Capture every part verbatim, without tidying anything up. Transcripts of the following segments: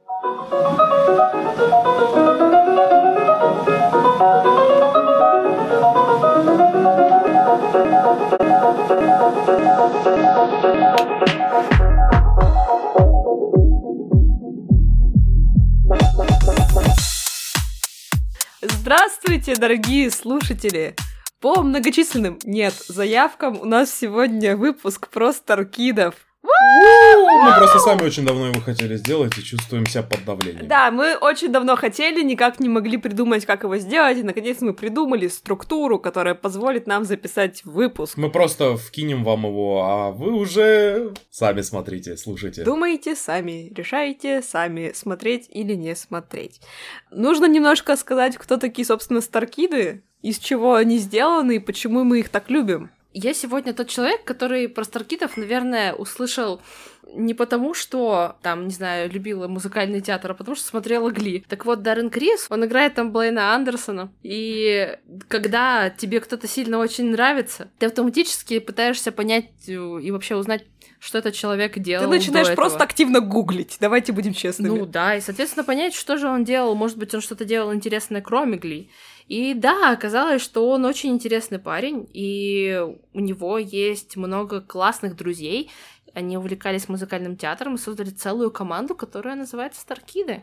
Здравствуйте, дорогие слушатели! По многочисленным, нет, заявкам у нас сегодня выпуск про Старкидов. Мы просто сами очень давно его хотели сделать и чувствуем себя под давлением. Да, мы очень давно хотели, никак не могли придумать, как его сделать, и наконец мы придумали структуру, которая позволит нам записать выпуск. Мы просто вкинем вам его, а вы уже сами смотрите, слушайте. Думаете сами, решаете сами, смотреть или не смотреть. Нужно немножко сказать, кто такие, собственно, Старкиды, из чего они сделаны и почему мы их так любим. Я сегодня тот человек, который про Старкидов, наверное, услышал не потому, что, там, не знаю, любила музыкальный театр, а потому что смотрела Гли. Так вот, Даррен Крис, он играет там Блейна Андерсона, и когда тебе кто-то сильно очень нравится, ты автоматически пытаешься понять и вообще узнать, что этот человек делал. Ты начинаешь до просто этого. активно гуглить, давайте будем честными. Ну да, и, соответственно, понять, что же он делал. Может быть, он что-то делал интересное, кроме Гли. И да, оказалось, что он очень интересный парень, и у него есть много классных друзей. Они увлекались музыкальным театром и создали целую команду, которая называется Старкиды.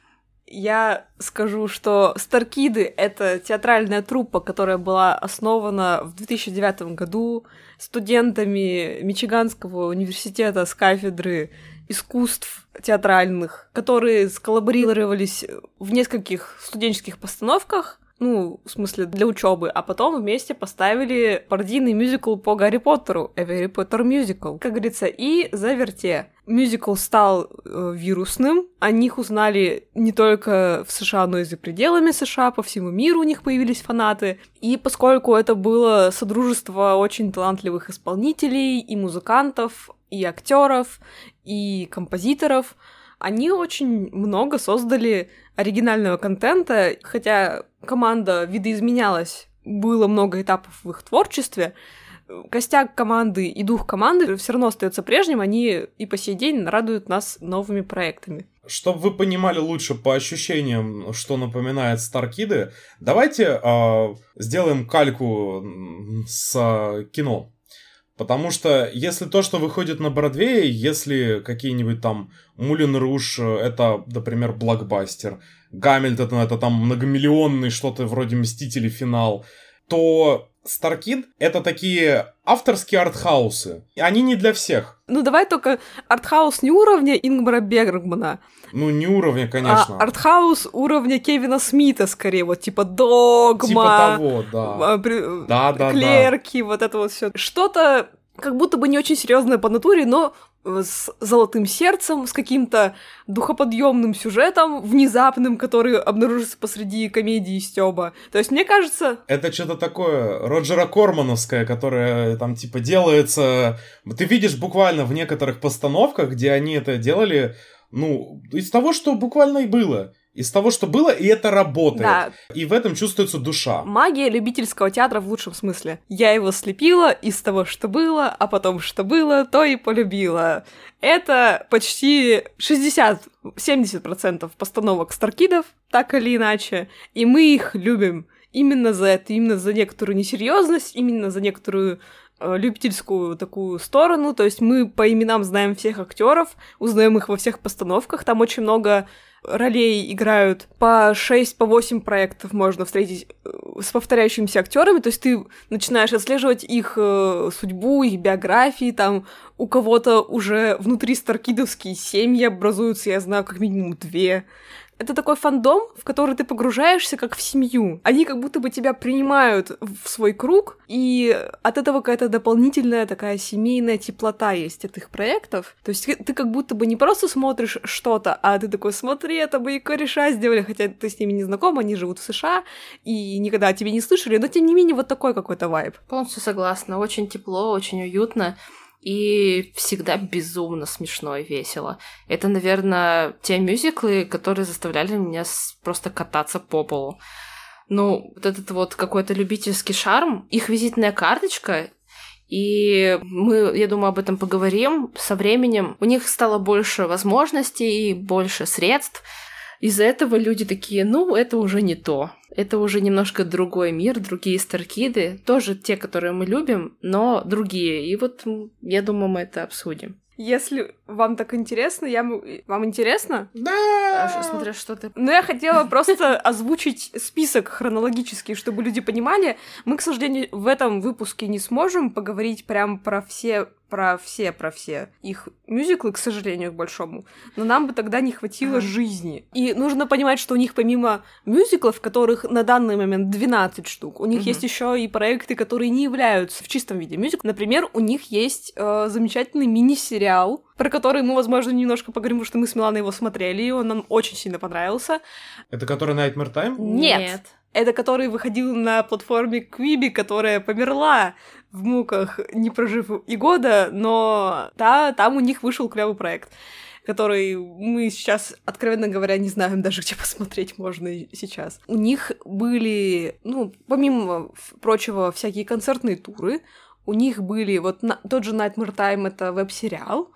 Я скажу, что Старкиды — это театральная труппа, которая была основана в две тысячи девятом году студентами Мичиганского университета с кафедры искусств театральных, которые сколлаборировались в нескольких студенческих постановках, ну, в смысле, для учебы, а потом вместе поставили пародийный мюзикл по Гарри Поттеру, A Harry Potter Musical, как говорится, и заверте. Мюзикл стал э, вирусным, о них узнали не только в США, но и за пределами США, по всему миру у них появились фанаты, и поскольку это было содружество очень талантливых исполнителей, и музыкантов, и актеров, и композиторов, они очень много создали оригинального контента, хотя команда видоизменялась, было много этапов в их творчестве, костяк команды и дух команды все равно остается прежним, они и по сей день радуют нас новыми проектами. Чтобы вы понимали лучше по ощущениям, что напоминает Старкиды, давайте э, сделаем кальку с э, кино. Потому что если то, что выходит на Бродвее, если какие-нибудь там Мулен Руж, это, например, блокбастер, Гамильтон, это там многомиллионный, что-то вроде Мстители финал, то Старкид — это такие авторские артхаусы. И они не для всех. Ну, давай только артхаус не уровня Ингмара Бергмана. Ну, не уровня, конечно. А артхаус уровня Кевина Смита, скорее, вот типа Догма. Типа того, да. При... Да, да, Клерки, да. вот это вот все. Что-то как будто бы не очень серьезное по натуре, но с золотым сердцем, с каким-то духоподъемным сюжетом, внезапным, который обнаружится посреди комедии стёба. То есть, мне кажется... Это что-то такое Роджера Кормановское, которое там типа делается... Ты видишь буквально в некоторых постановках, где они это делали, ну, из того, что буквально и было. Из того, что было, и это работает. Да. И в этом чувствуется душа. Магия любительского театра в лучшем смысле. Я его слепила из того, что было, а потом, что было, то и полюбила. Это почти шестьдесят-семьдесят процентов постановок Старкидов, так или иначе, и мы их любим именно за это, именно за некоторую несерьезность, именно за некоторую э, любительскую такую сторону. То есть мы по именам знаем всех актеров, узнаем их во всех постановках, там очень много ролей играют по шесть, по восемь проектов можно встретить с повторяющимися актерами, то есть ты начинаешь отслеживать их э, судьбу, их биографии, там у кого-то уже внутри старкидовские семьи образуются, я знаю, как минимум две. Это такой фандом, в который ты погружаешься как в семью. Они как будто бы тебя принимают в свой круг, и от этого какая-то дополнительная такая семейная теплота есть от их проектов. То есть ты как будто бы не просто смотришь что-то, а ты такой: смотри, это мои кореша сделали, хотя ты с ними не знаком, они живут в США и никогда о тебе не слышали, но тем не менее вот такой какой-то вайб. Полностью согласна. Очень тепло, очень уютно. И всегда безумно смешно и весело. Это, наверное, те мюзиклы, которые заставляли меня просто кататься по полу. Ну, вот этот вот какой-то любительский шарм, их визитная карточка И мы, я думаю, об этом поговорим со временем. У них стало больше возможностей, больше средств. Из-за этого люди такие, ну, это уже не то. Это уже немножко другой мир, другие Старкиды. Тоже те, которые мы любим, но другие. И вот, я думаю, мы это обсудим. Если вам так интересно, я... Вам интересно? Да! Смотря что ты... Ну, я хотела просто озвучить список хронологический, чтобы люди понимали. Мы, к сожалению, в этом выпуске не сможем поговорить прям про все, про все, про все их мюзиклы, к сожалению, к большому. Но нам бы тогда не хватило ага. жизни. И нужно понимать, что у них помимо мюзиклов, которых на данный момент двенадцать штук, у них угу. есть еще и проекты, которые не являются в чистом виде мюзикл. Например, у них есть э, замечательный мини-сериал, про который мы, возможно, немножко поговорим, потому что мы с Миланой его смотрели, и он нам очень сильно понравился. Это который Nightmare Time? Нет. Нет. Это который выходил на платформе Quibi, которая померла в муках, не прожив и года, но да, там у них вышел клевый проект, который мы сейчас, откровенно говоря, не знаем даже, где посмотреть можно сейчас. У них были, ну, помимо прочего, всякие концертные туры, у них были вот на, тот же Nightmare Time, это веб-сериал,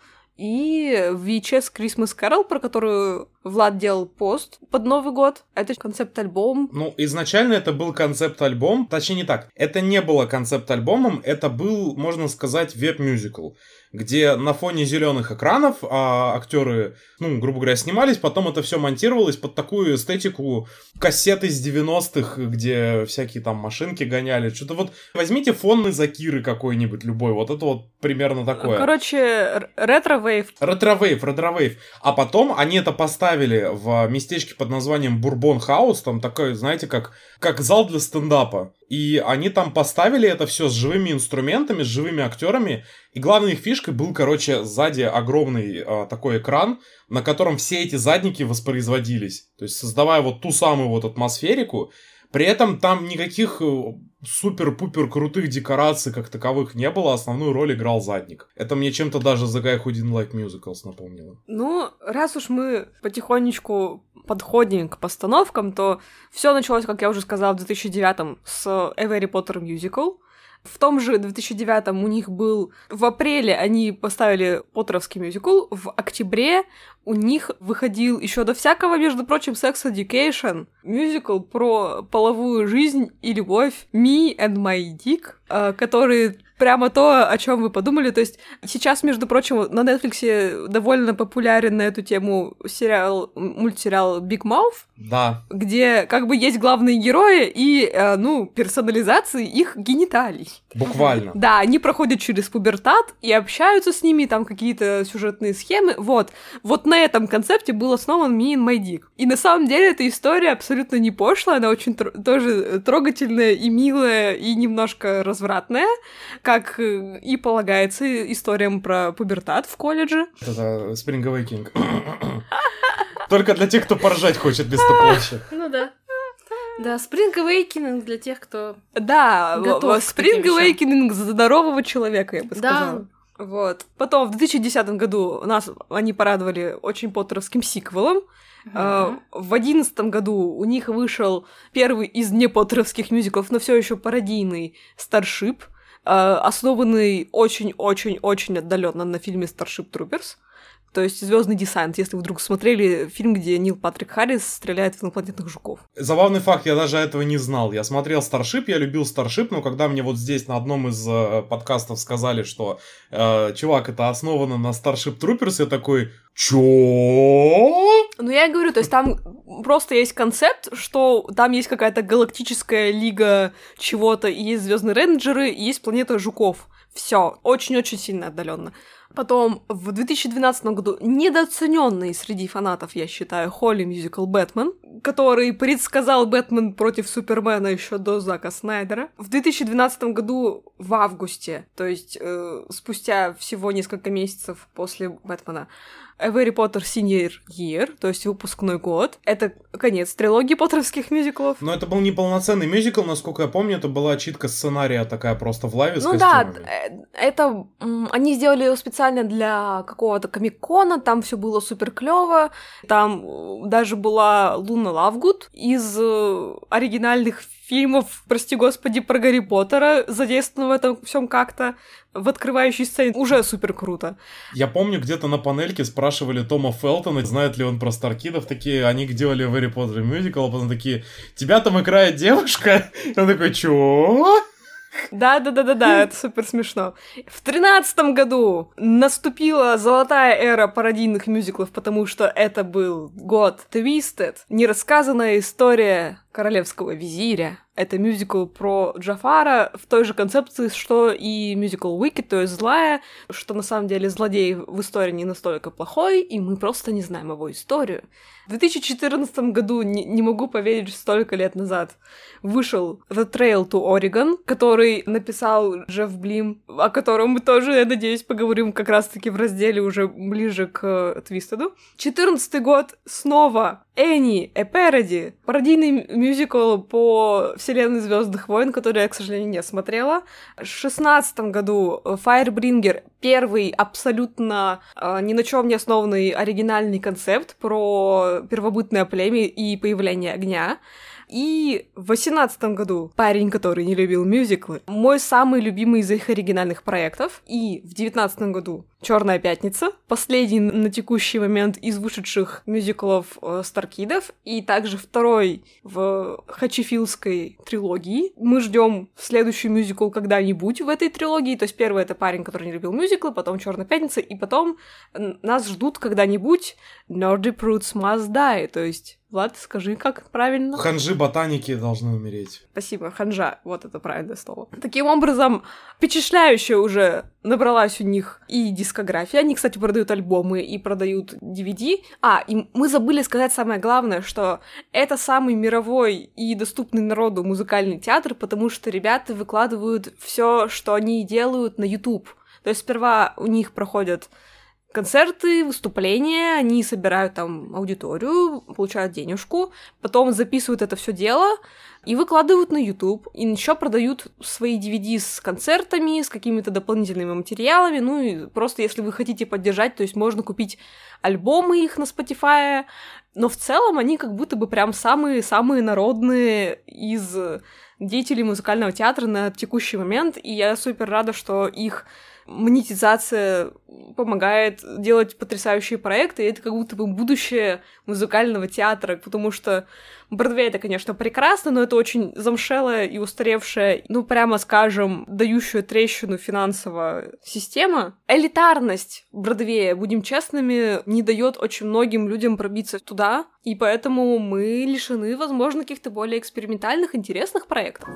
и ви эйч эс Christmas Carol, про которую Влад делал пост под Новый год. Это концепт-альбом. Ну, изначально это был концепт-альбом. Точнее, не так. Это не было концепт-альбомом, это был, можно сказать, веб-мюзикл, где на фоне зеленых экранов а, актеры, ну, грубо говоря, снимались, потом это все монтировалось под такую эстетику кассеты с девяностых, где всякие там машинки гоняли. Что-то вот возьмите фон из Акиры какой-нибудь любой, вот это вот примерно такое. Короче, ретро-вейв. Ретро-вейв, ретро-вейв. А потом они это поставили в местечке под названием Бурбон Хаус, там такой, знаете, как, как зал для стендапа. И они там поставили это все с живыми инструментами, с живыми актерами. И главной их фишкой был, короче, сзади огромный а, такой экран, на котором все эти задники воспроизводились. То есть создавая вот ту самую вот атмосферику. При этом там никаких супер-пупер крутых декораций как таковых не было, основную роль играл задник. Это мне чем-то даже The Guy Who Didn't Like Musicals напомнило. Ну, раз уж мы потихонечку подходим к постановкам, то все началось, как я уже сказала, в две тысячи девятом с A Harry Potter Musical. В том же две тысячи девятом у них был... В апреле они поставили поттеровский мюзикл, в октябре у них выходил еще до всякого, между прочим, Sex Education, мюзикл про половую жизнь и любовь Me and My Dick, который прямо то, о чем вы подумали. То есть сейчас, между прочим, на Netflix довольно популярен на эту тему сериал, мультсериал Big Mouth, да. где как бы есть главные герои и, ну, персонализации их гениталий. Буквально. Да, они проходят через пубертат и общаются с ними, там какие-то сюжетные схемы. Вот. Вот на этом концепте был основан Me and My Dick. И на самом деле эта история абсолютно не пошлая, она очень тр- тоже трогательная и милая, и немножко развратная, как и полагается историям про пубертат в колледже. Это Spring Awakening. Только для тех, кто поржать хочет вместо плача. Ну да. Да, Spring Awakening для тех, кто Да, готов Spring Awakening здорового человека, я бы сказала. Да. Вот. Потом в две тысячи десятом году нас они порадовали очень поттеровским сиквелом. Uh-huh. В две тысячи одиннадцатом году у них вышел первый из не поттеровских мюзиклов, но все еще пародийный Starship, основанный очень-очень-очень отдаленно на фильме Starship Troopers. То есть «Звездный десант», если вы вдруг смотрели фильм, где Нил Патрик Харрис стреляет в инопланетных жуков. Забавный факт, я даже этого не знал. Я смотрел «Старшип», я любил «Старшип», но когда мне вот здесь на одном из э, подкастов сказали, что э, чувак, это основано на Starship Troopers, я такой, чё? Ну, я и говорю, то есть там просто есть концепт, что там есть какая-то галактическая лига чего-то, и есть звездные рейнджеры, и есть планета жуков. Все, очень-очень сильно отдаленно. Потом в две тысячи двенадцатом году недооцененный среди фанатов, я считаю, Холли мюзикл «Бэтмен», который предсказал «Бэтмен против Супермена» еще до Зака Снайдера. В две тысячи двенадцатом году в августе, то есть э, спустя всего несколько месяцев после «Бэтмена», A Harry Potter Senior Year, то есть выпускной год. Это конец трилогии поттеровских мюзиклов. Но это был не полноценный мюзикл, насколько я помню, это была читка сценария такая просто в лайве с ну костюмами. Да, это м, они сделали его специально для какого-то комик-кона, там все было супер клево, там даже была Луна Лавгуд из э, оригинальных фильмов, прости господи, про Гарри Поттера задействован в этом всем как-то, в открывающей сцене, уже супер круто. Я помню, где-то на панельке спрашивали Тома Фелтона, знает ли он про Старкидов, такие, они делали в Гарри Поттере мюзикл, а потом такие, тебя там играет девушка? И он такой, чё? Да-да-да-да-да, это супер смешно. В тринадцатом году наступила золотая эра пародийных мюзиклов, потому что это был год Twisted, нерассказанная история королевского визиря. Это мюзикл про Джафара в той же концепции, что и мюзикл Wicked, то есть злая, что на самом деле злодей в истории не настолько плохой, и мы просто не знаем его историю. В две тысячи четырнадцатом году, не, не могу поверить, столько лет назад, вышел The Trail to Oregon, который написал Джефф Блим, о котором мы тоже, я надеюсь, поговорим как раз-таки в разделе уже ближе к Твистеду. четырнадцатый год снова Энни, A Parody, пародийный мюзикл по вселенной Звездных войн, который я, к сожалению, не смотрела. В шестнадцатом году Firebringer, первый абсолютно э, ни на чем не основанный оригинальный концепт про первобытное племя и появление огня. И в восемнадцатом году «Парень, который не любил мюзиклы», мой самый любимый из их оригинальных проектов. И в девятнадцатом году «Черная пятница», последний на текущий момент из вышедших мюзиклов э, Старкидов, и также второй в Хачифилской трилогии. Мы ждем следующий мюзикл когда-нибудь в этой трилогии. То есть первый — это «Парень, который не любил мюзиклы», потом «Черная пятница», и потом нас ждут когда-нибудь «Nerdy Prudes Must Die», то есть... Влад, скажи, как правильно? Ханжи-ботаники должны умереть. Спасибо, ханжа, вот это правильное слово. Таким образом, впечатляюще уже набралась у них и дискография. Они, кстати, продают альбомы и продают ди ви ди. А, и мы забыли сказать самое главное, что это самый мировой и доступный народу музыкальный театр, потому что ребята выкладывают все, что они делают, на YouTube. То есть сперва у них проходят концерты, выступления, они собирают там аудиторию, получают денежку, потом записывают это все дело и выкладывают на YouTube. И еще продают свои ди ви ди с концертами, с какими-то дополнительными материалами. Ну и просто, если вы хотите поддержать, то есть можно купить альбомы их на Spotify. Но в целом они как будто бы прям самые-самые народные из деятелей музыкального театра на текущий момент. И я супер рада, что их монетизация помогает делать потрясающие проекты, и это как будто бы будущее музыкального театра, потому что Бродвей — это, конечно, прекрасно, но это очень замшелая и устаревшая, ну, прямо скажем, дающая трещину финансовая система. Элитарность Бродвея, будем честными, не дает очень многим людям пробиться туда, и поэтому мы лишены, возможно, каких-то более экспериментальных, интересных проектов.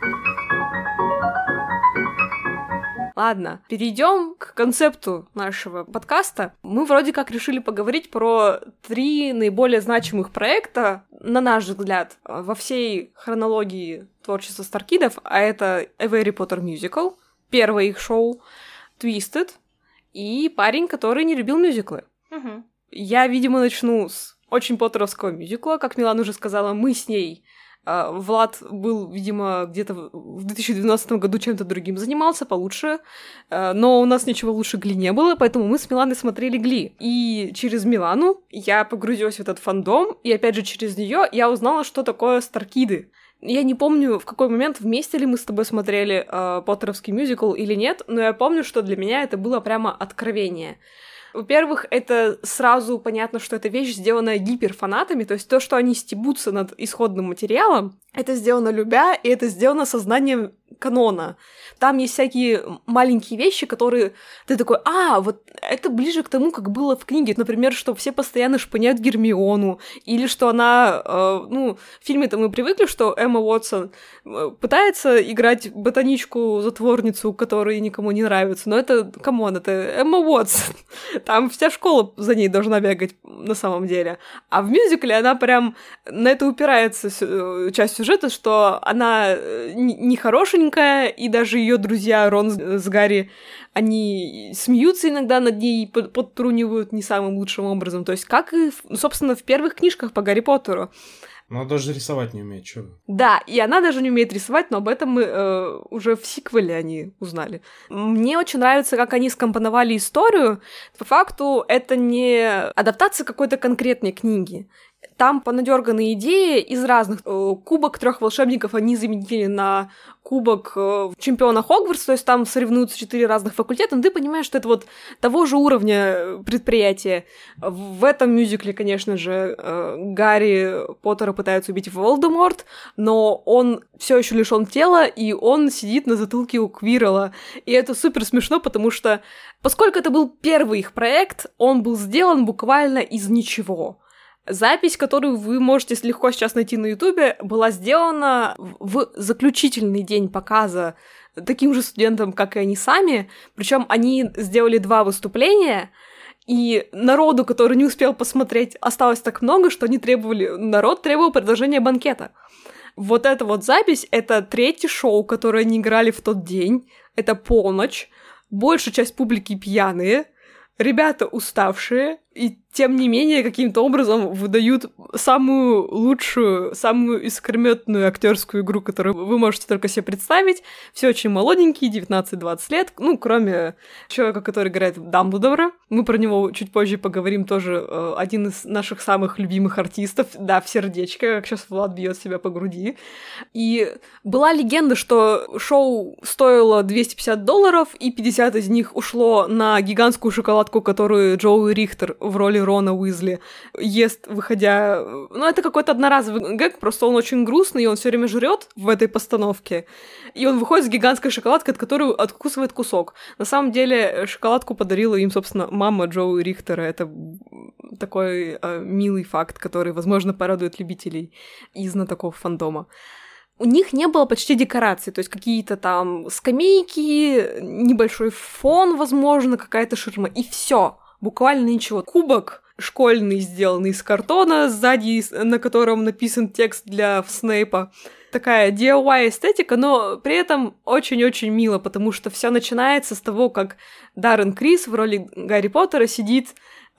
Ладно, перейдем к концепту нашего подкаста. Мы вроде как решили поговорить про три наиболее значимых проекта, на наш взгляд, во всей хронологии творчества Старкидов, а это A Harry Potter Musical, первое их шоу, Twisted и «Парень, который не любил мюзиклы». Угу. Я, видимо, начну с очень поттеровского мюзикла. Как Милана уже сказала, мы с ней... Влад был, видимо, где-то в две тысячи двенадцатом году чем-то другим занимался, получше, но у нас ничего лучше Гли не было, поэтому мы с Миланой смотрели Гли. И через Милану я погрузилась в этот фандом, и опять же через нее я узнала, что такое Старкиды. Я не помню, в какой момент, вместе ли мы с тобой смотрели э, поттеровский мюзикл или нет, но я помню, что для меня это было прямо откровение. Во-первых, это сразу понятно, что эта вещь сделана гиперфанатами, то есть то, что они стебутся над исходным материалом, это сделано любя, и это сделано сознанием канона. Там есть всякие маленькие вещи, которые ты такой, а, вот это ближе к тому, как было в книге. Например, что все постоянно шпыняют Гермиону, или что она, э, ну, в фильме-то мы привыкли, что Эмма Уотсон пытается играть ботаничку-затворницу, которая никому не нравится, но это, камон, это Эмма Уотсон. Там вся школа за ней должна бегать на самом деле. А в мюзикле она прям на это упирается часть сюжета, что она нехорошенькая, и даже ее друзья Рон с Гарри, они смеются иногда над ней, подтрунивают не самым лучшим образом. То есть как и, собственно, в первых книжках по Гарри Поттеру. Но она даже рисовать не умеет, чё? Да, и она даже не умеет рисовать, но об этом мы э, уже в сиквеле они узнали. Мне очень нравится, как они скомпоновали историю. По факту это не адаптация какой-то конкретной книги. Там понадёрганы идеи из разных. Кубок трех волшебников они заменили на кубок чемпиона Хогвартса, то есть там соревнуются четыре разных факультета, но ты понимаешь, что это вот того же уровня предприятия. В этом мюзикле, конечно же, Гарри Поттера пытаются убить Волдеморт, но он все еще лишён тела, и он сидит на затылке у Квиррелла. И это супер смешно, потому что, поскольку это был первый их проект, он был сделан буквально из ничего. Запись, которую вы можете легко сейчас найти на Ютубе, была сделана в заключительный день показа таким же студентам, как и они сами. Причем они сделали два выступления, и народу, который не успел посмотреть, осталось так много, что они требовали, народ требовал продолжения банкета. Вот эта вот запись — это третье шоу, которое они играли в тот день. Это полночь. Большая часть публики пьяные. Ребята уставшие, и тем не менее каким-то образом выдают самую лучшую, самую искрометную актерскую игру, которую вы можете только себе представить. Все очень молоденькие, девятнадцать-двадцать лет, ну, кроме человека, который играет Дамблдора. Мы про него чуть позже поговорим, тоже э, один из наших самых любимых артистов. Да, в сердечко, как сейчас Влад бьет себя по груди. И была легенда, что шоу стоило двести пятьдесят долларов, и пятьдесят из них ушло на гигантскую шоколадку, которую Джоуи Рихтер в роли Рона Уизли ест, выходя... Ну, это какой-то одноразовый гэг, просто он очень грустный, и он все время жрет в этой постановке. И он выходит с гигантской шоколадкой, от которой откусывает кусок. На самом деле, шоколадку подарила им, собственно, мама Джоуи Рихтера. Это такой э, милый факт, который, возможно, порадует любителей и знатоков фандома. У них не было почти декораций, то есть какие-то там скамейки, небольшой фон, возможно, какая-то ширма, и все. Буквально ничего. Кубок школьный, сделанный из картона, сзади на котором написан текст для Снейпа. Такая ди ай уай эстетика, но при этом очень-очень мило, потому что все начинается с того, как Даррен Крис в роли Гарри Поттера сидит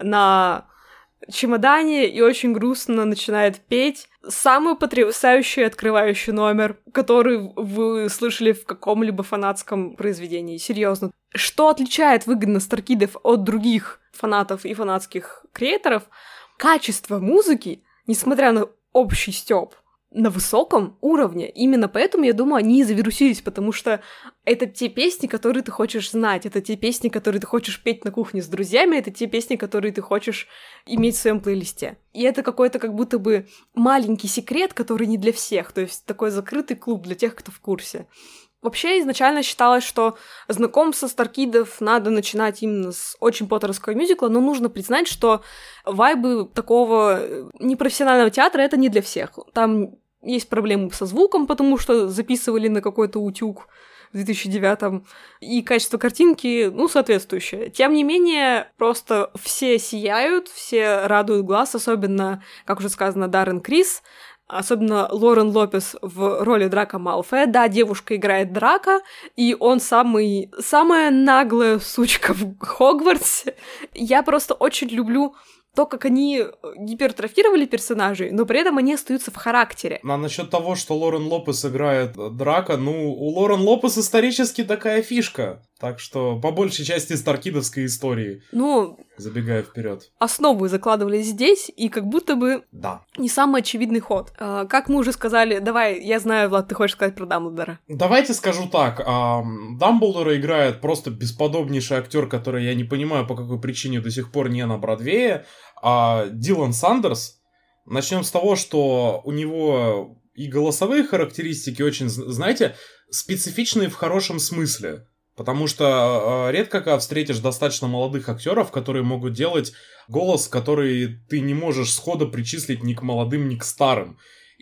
на чемодане и очень грустно начинает петь самый потрясающий открывающий номер, который вы слышали в каком-либо фанатском произведении. Серьезно. Что отличает выгодно Старкидов от других фанатов и фанатских креаторов? Качество музыки, несмотря на общий стёб, на высоком уровне. Именно поэтому, я думаю, они и завирусились, потому что это те песни, которые ты хочешь знать, это те песни, которые ты хочешь петь на кухне с друзьями, это те песни, которые ты хочешь иметь в своем плейлисте. И это какой-то как будто бы маленький секрет, который не для всех, то есть такой закрытый клуб для тех, кто в курсе. Вообще, изначально считалось, что знакомство Старкидов надо начинать именно с очень поттерского мюзикла, но нужно признать, что вайбы такого непрофессионального театра — это не для всех. Там есть проблемы со звуком, потому что записывали на какой-то утюг в две тысячи девятом, и качество картинки, ну, соответствующее. Тем не менее, просто все сияют, все радуют глаз, особенно, как уже сказано, Даррен Крис, особенно Лорен Лопес в роли Драко Малфоя. Да, девушка играет Драко, и он самый, самая наглая сучка в Хогвартсе. Я просто очень люблю то, как они гипертрофировали персонажей, но при этом они остаются в характере. А насчет того, что Лорен Лопес играет Драко, ну, у Лорен Лопес исторически такая фишка. Так что, по большей части, старкидовской истории. Ну, забегая вперед. Основы закладывали здесь, и как будто бы да. не самый очевидный ход. А, как мы уже сказали, давай, я знаю, Влад, ты хочешь сказать про Дамблдора. Давайте скажу так. А, Дамблдора играет просто бесподобнейший актер, который я не понимаю, по какой причине до сих пор не на Бродвее. А Дилан Сандерс. Начнем с того, что у него и голосовые характеристики очень, знаете, специфичные в хорошем смысле. Потому что э, редко когда встретишь достаточно молодых актеров, которые могут делать голос, который ты не можешь сходу причислить ни к молодым, ни к старым.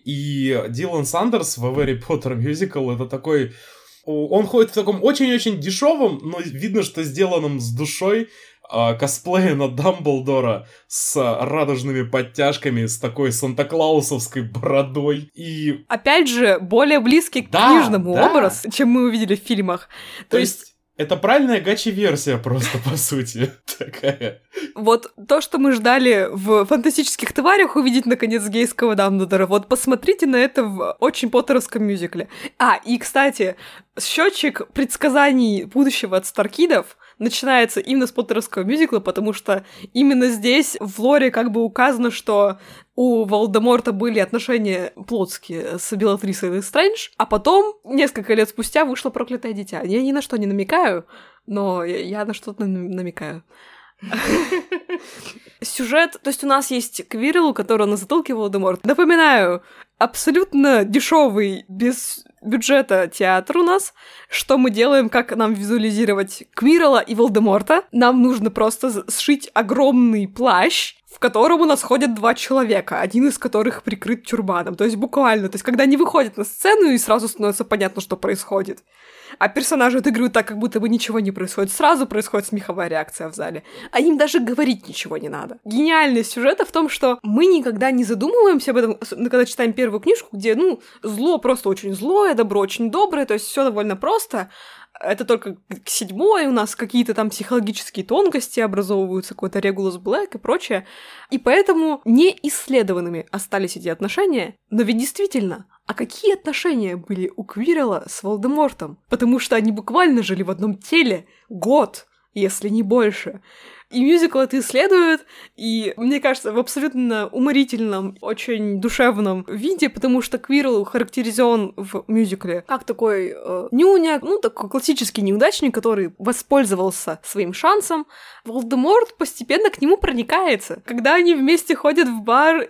И Дилан Сандерс в Harry Potter Musical — это такой... Он ходит в таком очень-очень дешевом, но видно, что сделанном с душой э, косплее на Дамблдора с радужными подтяжками, с такой санта-клаусовской бородой. И... Опять же, более близкий да, к книжному да. образу, чем мы увидели в фильмах. То, То есть... есть... Это правильная гачи-версия просто, по сути, такая. Вот то, что мы ждали в «Фантастических тварях» увидеть, наконец, гейского Дамблдора, вот посмотрите на это в очень поттеровском мюзикле. А, и, кстати, счетчик предсказаний будущего от Старкидов начинается именно с поттеровского мюзикла, потому что именно здесь в лоре как бы указано, что у Волдеморта были отношения плотские с Белатрисой Лестрэндж, а потом, несколько лет спустя, вышло «Проклятое дитя». Я ни на что не намекаю, но я, я на что-то намекаю. Сюжет, то есть у нас есть Квирл, у которого на затылке Волдеморт. Напоминаю, абсолютно дешевый, без бюджета театр у нас. Что мы делаем, как нам визуализировать Квирла и Волдеморта? Нам нужно просто сшить огромный плащ, в котором у нас ходят два человека, один из которых прикрыт тюрбаном. То есть буквально, то есть когда они выходят на сцену, и сразу становится понятно, что происходит. А персонажи отыгрывают так, как будто бы ничего не происходит. Сразу происходит смеховая реакция в зале. А им даже говорить ничего не надо. Гениальность сюжета в том, что мы никогда не задумываемся об этом, когда читаем первую книжку, где, ну, зло просто очень злое, добро очень доброе, то есть все довольно просто. Это только к седьмой у нас какие-то там психологические тонкости образовываются, какой-то Регулус Блэк и прочее. И поэтому неисследованными остались эти отношения. Но ведь действительно, а какие отношения были у Квирла с Волдемортом? Потому что они буквально жили в одном теле год, если не больше. И мюзикл это исследует, и, мне кажется, в абсолютно уморительном, очень душевном виде, потому что Квирл характеризован в мюзикле как такой э, нюня, ну, такой классический неудачник, который воспользовался своим шансом. Волдеморт постепенно к нему проникается. Когда они вместе ходят в бар,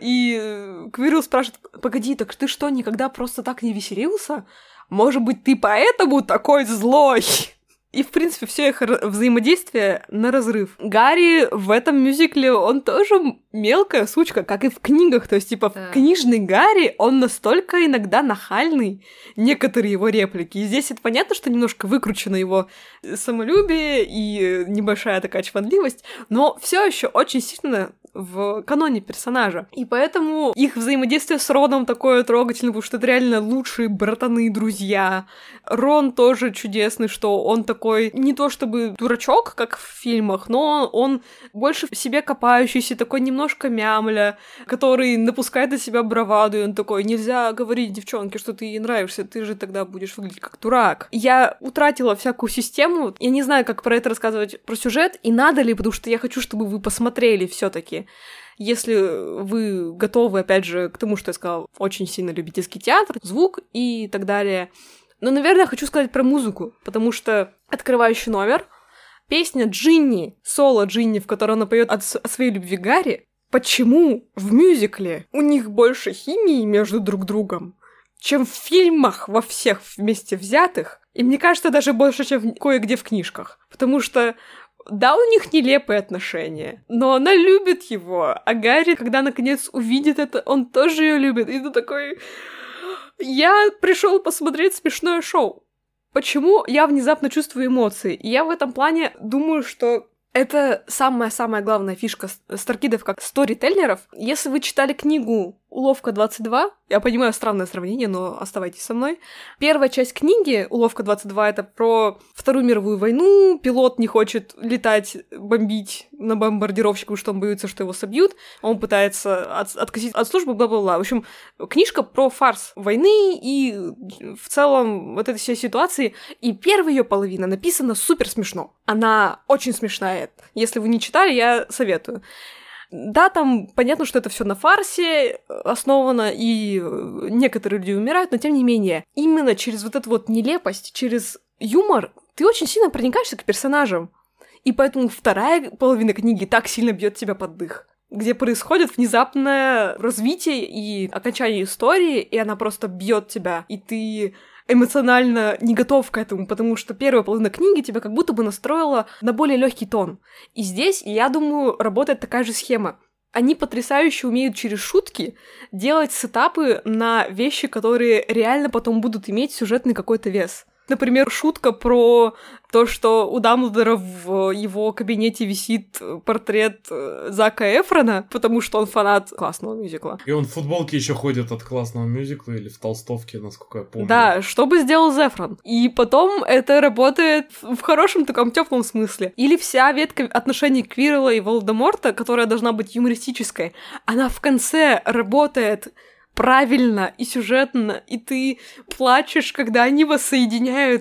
и Квирл спрашивает: «Погоди, так ты что, никогда просто так не веселился? Может быть, ты поэтому такой злой?» И, в принципе, все их взаимодействие на разрыв. Гарри в этом мюзикле, он тоже мелкая сучка, как и в книгах. То есть, типа, да. В книжный Гарри, он настолько иногда нахальный, некоторые его реплики. И здесь это понятно, что немножко выкручено его самолюбие и небольшая такая чванливость, но все еще очень сильно в каноне персонажа. И поэтому их взаимодействие с Роном такое трогательное, потому что это реально лучшие братаны и друзья. Рон тоже чудесный, что он такой не то чтобы дурачок, как в фильмах, но он больше в себе копающийся, такой немножко мямля, который напускает на себя браваду, и он такой: нельзя говорить девчонке, что ты ей нравишься, ты же тогда будешь выглядеть как дурак. Я утратила всякую систему, я не знаю, как про это рассказывать, про сюжет, и надо ли, потому что я хочу, чтобы вы посмотрели все-таки. Если вы готовы, опять же, к тому, что я сказала, очень сильно любительский театр, звук и так далее. Но, наверное, хочу сказать про музыку, потому что открывающий номер, песня Джинни, соло Джинни, в которой она поет о своей любви к Гарри. Почему в мюзикле у них больше химии между друг другом, чем в фильмах во всех вместе взятых? И мне кажется, даже больше, чем кое-где в книжках. Потому что да, у них нелепые отношения, но она любит его, а Гарри, когда наконец увидит это, он тоже ее любит. И ты такой: я пришел посмотреть смешное шоу. Почему я внезапно чувствую эмоции? И я в этом плане думаю, что это самая-самая главная фишка Старкидов как сторителлеров. Если вы читали книгу «Уловка двадцать два», я понимаю, странное сравнение, но оставайтесь со мной. Первая часть книги «Уловка двадцать два» — это про Вторую мировую войну. Пилот не хочет летать, бомбить на бомбардировщику, что он боится, что его собьют. Он пытается от- откосить от службы, бла-бла-бла. В общем, книжка про фарс войны и в целом вот этой всей ситуации. И первая ее половина написана супер смешно. Она очень смешная. Если вы не читали, я советую. Да, там понятно, что это все на фарсе основано, и некоторые люди умирают, но тем не менее, именно через вот эту вот нелепость, через юмор ты очень сильно проникаешься к персонажам. И поэтому вторая половина книги так сильно бьет тебя под дых, где происходит внезапное развитие и окончание истории, и она просто бьет тебя, и ты эмоционально не готов к этому, потому что первая половина книги тебя как будто бы настроила на более легкий тон. И здесь, я думаю, работает такая же схема. Они потрясающе умеют через шутки делать сетапы на вещи, которые реально потом будут иметь сюжетный какой-то вес. Например, шутка про то, что у Дамблдора в его кабинете висит портрет Зака Эфрона, потому что он фанат классного мюзикла. И он в футболке еще ходит от классного мюзикла или в толстовке, насколько я помню. Да, что бы сделал Зефрон? И потом это работает в хорошем таком теплом смысле. Или вся ветка отношений Квирла и Волдеморта, которая должна быть юмористической, она в конце работает правильно и сюжетно, и ты плачешь, когда они воссоединяются.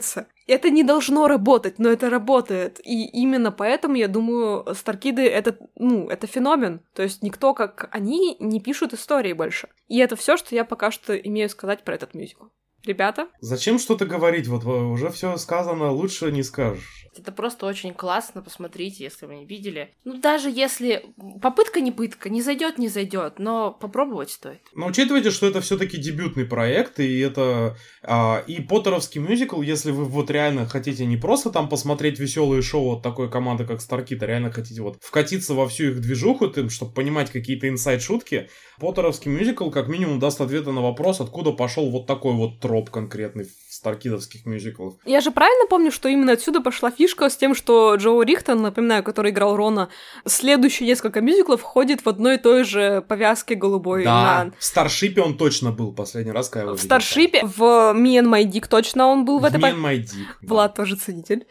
Это не должно работать, но это работает. И именно поэтому, я думаю, Старкиды — это, ну, это феномен. То есть никто, как они, не пишут истории больше. И это все, что я пока что имею сказать про этот мюзикл. Ребята? Зачем что-то говорить? Вот уже все сказано, лучше не скажешь. Это просто очень классно, посмотрите, если вы не видели. Ну, даже если попытка не пытка, не зайдет, не зайдет, но попробовать стоит. Но учитывайте, что это все-таки дебютный проект, и это а, и поттеровский мюзикл, если вы вот реально хотите не просто там посмотреть веселые шоу от такой команды, как Старкид, а реально хотите вот вкатиться во всю их движуху, тем, чтобы понимать какие-то инсайд-шутки, поттеровский мюзикл как минимум даст ответы на вопрос, откуда пошел вот такой вот троп конкретный в старкидовских мюзиклах. Я же правильно помню, что именно отсюда пошла фишка с тем, что Джо Рихтон, напоминаю, который играл Рона, следующие несколько мюзиклов входит в одной и той же повязке голубой. Да, на... в Старшипе он точно был последний раз, когда я его В видел. Старшипе, в Me and My Dick точно он был в, в этой... Me and My Dick. Влад тоже ценитель.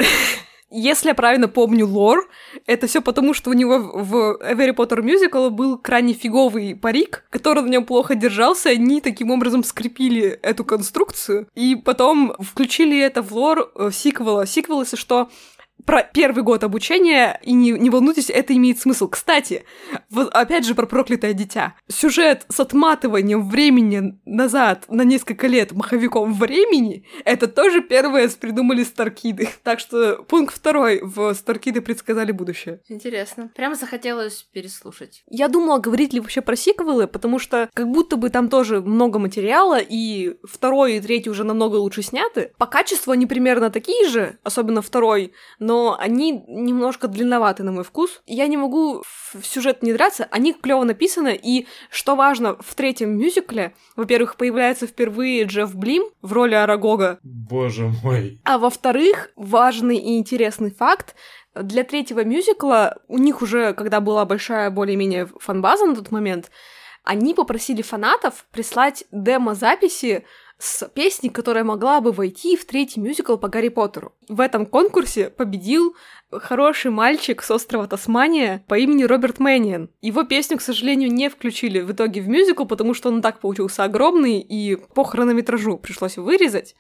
Если я правильно помню лор, это все потому, что у него в Harry Potter Musical был крайне фиговый парик, который на нем плохо держался, и они таким образом скрепили эту конструкцию, и потом включили это в лор сиквела. Сиквел, если что, про первый год обучения, и не, не волнуйтесь, это имеет смысл. Кстати, вот опять же про проклятое дитя. Сюжет с отматыванием времени назад на несколько лет маховиком времени, это тоже первое придумали Старкиды. Так что пункт второй в Старкиды предсказали будущее. Интересно. Прямо захотелось переслушать. Я думала, говорить ли вообще про сиквелы, потому что как будто бы там тоже много материала, и второй и третий уже намного лучше сняты. По качеству они примерно такие же, особенно второй, но они немножко длинноваты на мой вкус. Я не могу в сюжет не драться, они клево написаны, и, что важно, в третьем мюзикле, во-первых, появляется впервые Джефф Блим в роли Арагога. Боже мой. А во-вторых, важный и интересный факт, для третьего мюзикла, у них уже, когда была большая более-менее фан-база на тот момент, они попросили фанатов прислать демо-записи с песней, которая могла бы войти в третий мюзикл по Гарри Поттеру. В этом конкурсе победил хороший мальчик с острова Тасмания по имени Роберт Мэниан. Его песню, к сожалению, не включили в итоге в мюзикл, потому что он так получился огромный, и по хронометражу пришлось вырезать.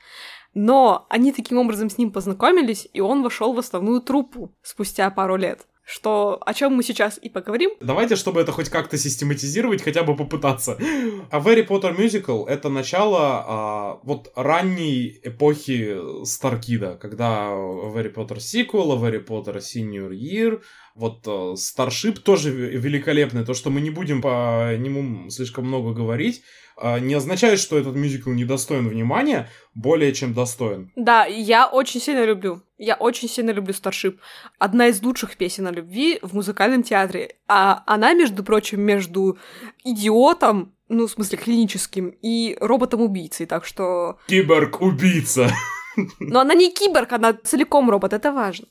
Но они таким образом с ним познакомились, и он вошел в основную труппу спустя пару лет. Что, о чем мы сейчас и поговорим. Давайте, чтобы это хоть как-то систематизировать, хотя бы попытаться. А Harry Potter Musical — это начало а, вот ранней эпохи Старкида, когда Harry Potter Sequel, Harry Potter Senior Year, вот Starship тоже великолепный. То, что мы не будем по нему слишком много говорить, не означает, что этот мюзикл недостоин внимания, более чем достоин. Да, я очень сильно люблю. Я очень сильно люблю Starship. Одна из лучших песен о любви в музыкальном театре. А она, между прочим, между идиотом, ну, в смысле, клиническим, и роботом-убийцей, так что... Киборг-убийца! Но она не киборг, она целиком робот, это важно.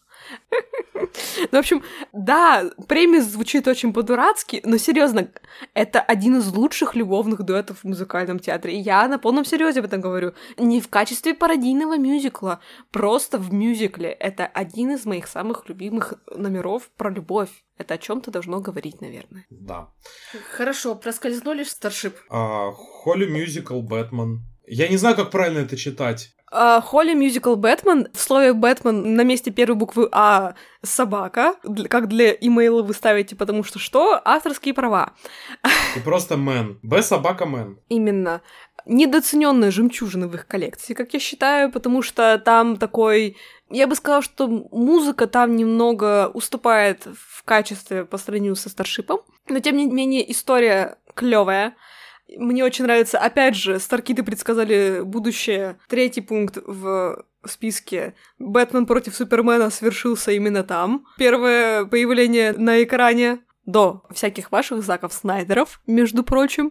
Ну, в общем, да, премис звучит очень по-дурацки, но серьезно, это один из лучших любовных дуэтов в музыкальном театре. И я на полном серьезе об этом говорю. Не в качестве пародийного мюзикла, просто в мюзикле. Это один из моих самых любимых номеров про любовь. Это о чем-то должно говорить, наверное. Да. Хорошо, проскользнули в Старшип. Холли Мюзикл Бэтмен. Я не знаю, как правильно это читать. Холли Мюзикл Бэтмен. В слове Бэтмен на месте первой буквы А собака. Как для имейла вы ставите, потому что что? Авторские права. И просто мэн. Б собака мэн. Именно. Недооцененная жемчужина в их коллекции, как я считаю, потому что там такой... Я бы сказала, что музыка там немного уступает в качестве по сравнению со Старшипом, но тем не менее история клевая. Мне очень нравится, опять же, Старкиды предсказали будущее. Третий пункт в списке. Бэтмен против Супермена свершился именно там. Первое появление на экране до всяких ваших Заков Снайдеров, между прочим.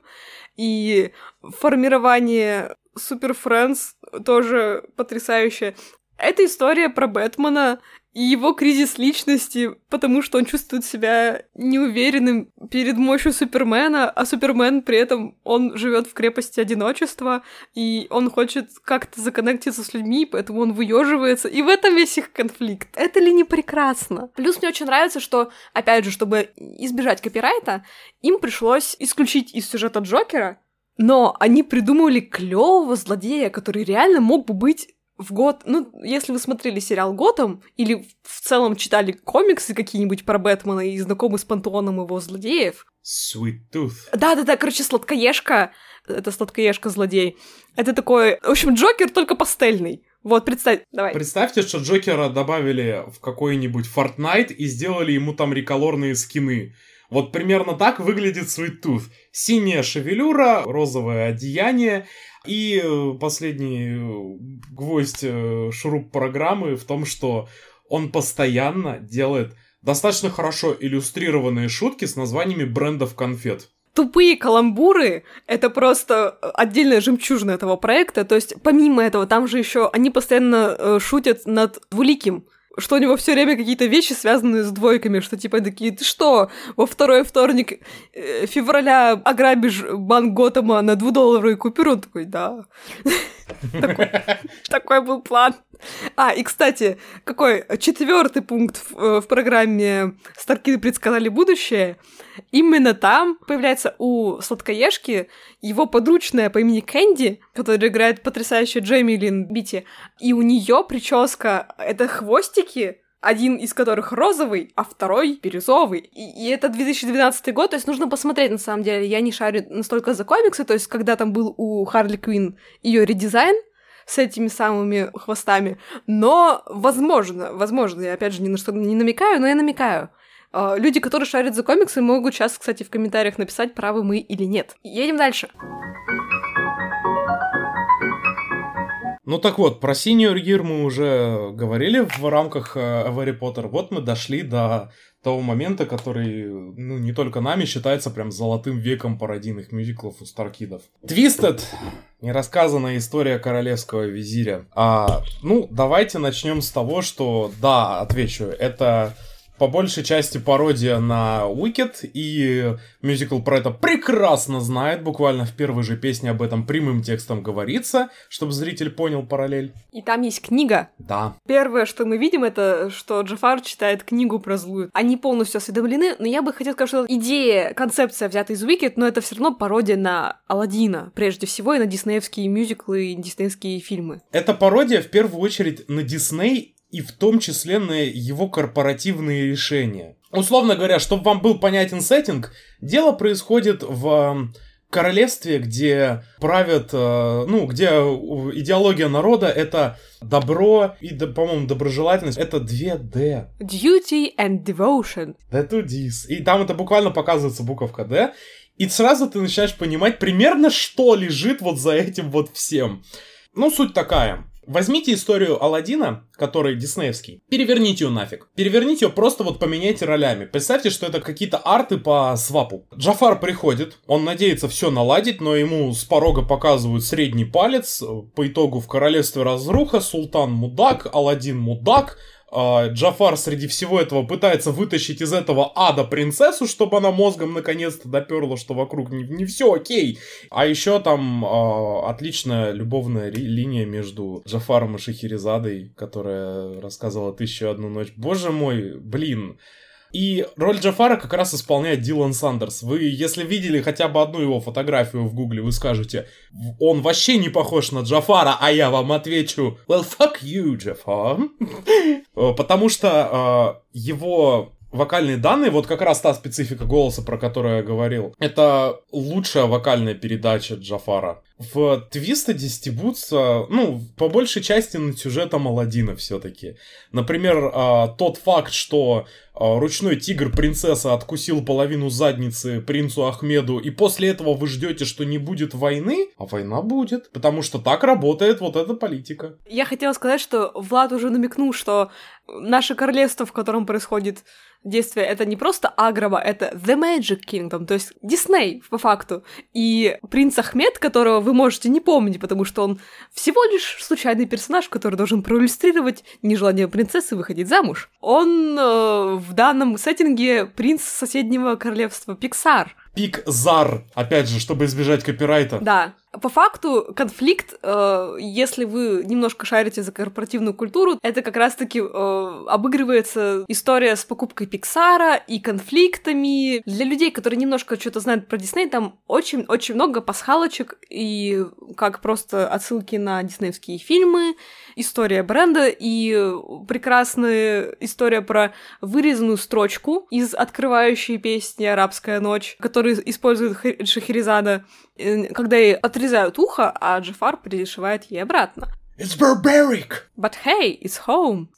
И формирование Супер Френдс тоже потрясающее. Это история про Бэтмена и его кризис личности, потому что он чувствует себя неуверенным перед мощью Супермена, а Супермен при этом, он живет в крепости одиночества, и он хочет как-то законнектиться с людьми, поэтому он выеживается, и в этом весь их конфликт. Это ли не прекрасно? Плюс мне очень нравится, что, опять же, чтобы избежать копирайта, им пришлось исключить из сюжета Джокера, но они придумали клёвого злодея, который реально мог бы быть в год... Ну, если вы смотрели сериал «Готэм» или в целом читали комиксы какие-нибудь про Бэтмена и знакомы с пантеоном его злодеев... Sweet Tooth. Да-да-да, короче, сладкоежка, это сладкоежка-злодей. Это такой... В общем, Джокер только пастельный. Вот, представь, давай. Представьте, что Джокера добавили в какой-нибудь Fortnite и сделали ему там реколорные скины. Вот примерно так выглядит Sweet Tooth. Синяя шевелюра, розовое одеяние. И последний гвоздь шуруп программы в том, что он постоянно делает достаточно хорошо иллюстрированные шутки с названиями брендов конфет. Тупые каламбуры — это просто отдельная жемчужина этого проекта. То есть, помимо этого, там же еще они постоянно э, шутят над Двуликим, что у него все время какие-то вещи, связанные с двойками, что типа такие: ты что, во второй вторник э, февраля ограбишь банк Готэма на двудолларовую купюру? Он такой: да. Такой был план. А, и, кстати, какой четвертый пункт в, в программе «Старкиды предсказали будущее». Именно там появляется у сладкоежки его подручная по имени Кэнди, которая играет потрясающую Джейми Лин Бити. И у нее прическа — это хвостики, один из которых розовый, а второй бирюзовый. И, и это две тысячи двенадцатый год, то есть нужно посмотреть, на самом деле. Я не шарю настолько за комиксы, то есть когда там был у Харли Квинн ее редизайн с этими самыми хвостами, но возможно, возможно, я опять же ни на что не намекаю, но я намекаю. Люди, которые шарят за комиксы, могут сейчас, кстати, в комментариях написать, правы мы или нет. Едем дальше. Ну так вот, про Senior Year мы уже говорили в рамках Harry Potter. Вот мы дошли до того момента, который, ну, не только нами считается прям золотым веком пародийных мюзиклов у Старкидов. Twisted. Нерассказанная история королевского визиря. А, ну, давайте начнем с того, что, да, отвечу, это по большей части пародия на Wicked, и мюзикл про это прекрасно знает, буквально в первой же песне об этом прямым текстом говорится, чтобы зритель понял параллель. И там есть книга. Да. Первое, что мы видим, это что Джафар читает книгу про злую. Они полностью осведомлены, но я бы хотела сказать, что идея, концепция взята из Wicked, но это все равно пародия на Аладдина, прежде всего, и на диснеевские мюзиклы и диснеевские фильмы. Это пародия в первую очередь на Дисней, и в том числе на его корпоративные решения. Условно говоря, чтобы вам был понятен сеттинг, дело происходит в королевстве, где правят, ну, где идеология народа — это добро и, по-моему, доброжелательность. Это две дэ. Duty and devotion. That to this. И там это буквально показывается буковка D. И сразу ты начинаешь понимать примерно, что лежит вот за этим вот всем. Ну, суть такая. Возьмите историю Аладдина, который диснеевский, переверните ее нафиг. Переверните ее, просто вот поменяйте ролями. Представьте, что это какие-то арты по свапу. Джафар приходит, он надеется все наладить, но ему с порога показывают средний палец. По итогу в королевстве разруха, султан мудак, Аладдин мудак. Джафар среди всего этого пытается вытащить из этого ада принцессу, чтобы она мозгом наконец-то доперла, что вокруг не, не все окей. А еще там э, отличная любовная ри- линия между Джафаром и Шахерезадой, которая рассказывала «Тысячу и одну ночь». Боже мой, блин. И роль Джафара как раз исполняет Дилан Сандерс. Вы, если видели хотя бы одну его фотографию в гугле, вы скажете: он вообще не похож на Джафара, а я вам отвечу: well, fuck you, Джафар. Потому что э, его вокальные данные, вот как раз та специфика голоса, про которую я говорил, это лучшая вокальная передача Джафара. В Твистеде стебутся, ну, по большей части над сюжетом Аладдина все-таки. Например, э, тот факт, что э, ручной тигр принцесса откусил половину задницы принцу Ахмеду, и после этого вы ждете, что не будет войны, а война будет, потому что так работает вот эта политика. Я хотела сказать, что Влад уже намекнул, что наше королевство, в котором происходит действие, это не просто Аграва, это The Magic Kingdom, то есть Дисней, по факту. И принц Ахмед, которого вы можете не помнить, потому что он всего лишь случайный персонаж, который должен проиллюстрировать нежелание принцессы выходить замуж. Он э, в данном сеттинге принц соседнего королевства Пиксар. Пикзар. Опять же, чтобы избежать копирайта. Да. По факту, конфликт, э, если вы немножко шарите за корпоративную культуру, это как раз-таки э, обыгрывается история с покупкой Пиксара и конфликтами. Для людей, которые немножко что-то знают про Дисней, там очень-очень много пасхалочек и как просто отсылки на диснеевские фильмы, история бренда и прекрасная история про вырезанную строчку из открывающей песни «Арабская ночь», которую использует Шахерезада, когда ей отрезают ухо, а Джафар перешивает ей обратно. It's barbaric! But hey, it's home.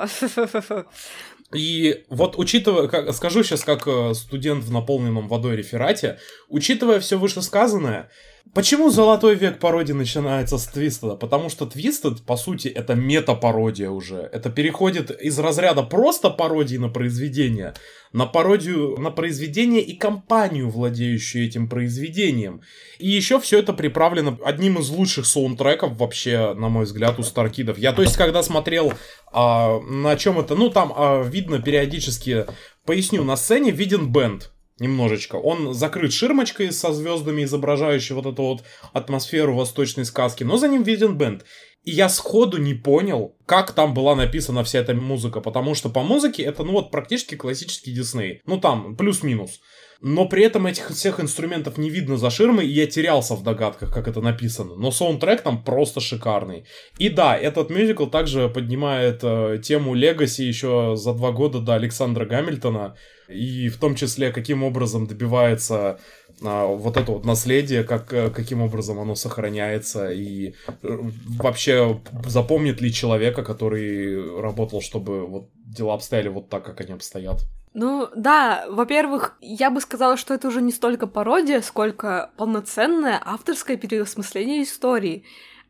И вот учитывая, как, скажу сейчас как студент в наполненном водой реферате, учитывая все вышесказанное, почему «Золотой век» пародии начинается с Твистеда? Потому что Твистед, по сути, это мета-пародия уже. Это переходит из разряда просто пародии на произведение, на пародию на произведение и компанию, владеющую этим произведением. И еще все это приправлено одним из лучших саундтреков вообще, на мой взгляд, у Старкидов. Я, то есть, когда смотрел, а, на чем это, ну, там а, видно периодически, поясню, на сцене виден бэнд. Немножечко. Он закрыт ширмочкой со звездами, изображающей вот эту вот атмосферу восточной сказки, но за ним виден бэнд. И я сходу не понял, как там была написана вся эта музыка, потому что по музыке это, ну вот, практически классический Дисней. Ну там, плюс-минус. Но при этом этих всех инструментов не видно за ширмой, и я терялся в догадках, как это написано. Но саундтрек там просто шикарный. И да, этот мюзикл также поднимает э, тему Легаси еще за два года до Александра Гамильтона. И в том числе, каким образом добивается а, вот это вот наследие, как, каким образом оно сохраняется, и вообще запомнит ли человека, который работал, чтобы вот дела обстояли вот так, как они обстоят. Ну, да, во-первых, я бы сказала, что это уже не столько пародия, сколько полноценное авторское переосмысление истории.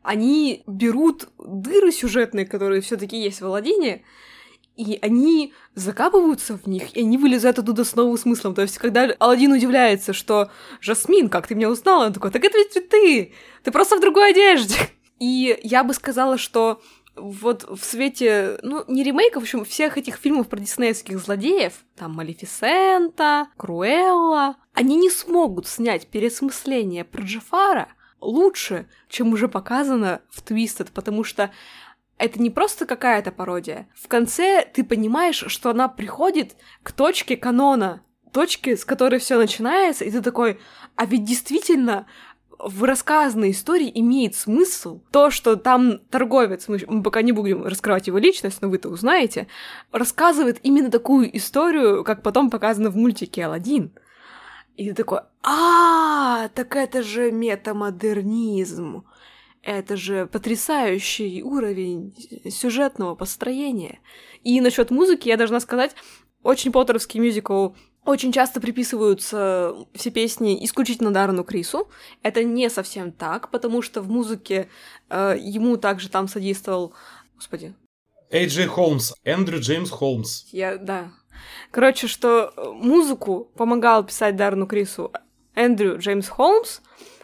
Они берут дыры сюжетные, которые все-таки есть в Аладдине, и они закапываются в них, и они вылезают оттуда с новым смыслом. То есть, когда Аладдин удивляется, что «Жасмин, как ты меня узнала?» Он такой: «Так это ведь ты! Ты просто в другой одежде!» И я бы сказала, что вот в свете, ну, не ремейков, в общем, всех этих фильмов про диснеевских злодеев, там Малефисента, Круэлла, они не смогут снять переосмысление про Джафара лучше, чем уже показано в Твистед, потому что это не просто какая-то пародия. В конце ты понимаешь, что она приходит к точке канона, точке, с которой все начинается, и ты такой: а ведь действительно в рассказанной истории имеет смысл то, что там торговец, мы, мы пока не будем раскрывать его личность, но вы-то узнаете, рассказывает именно такую историю, как потом показано в мультике «Аладдин». И ты такой: а, так это же метамодернизм. Это же потрясающий уровень сюжетного построения. И насчет музыки я должна сказать, очень поттеровский мюзикл, очень часто приписываются все песни исключительно Даррену Крису. Это не совсем так, потому что в музыке э, ему также там содействовал... Господи. Эй Джей Холмс, Эндрю Джеймс Холмс. Я, да. Короче, что музыку помогал писать Даррену Крису Эндрю Джеймс Холмс,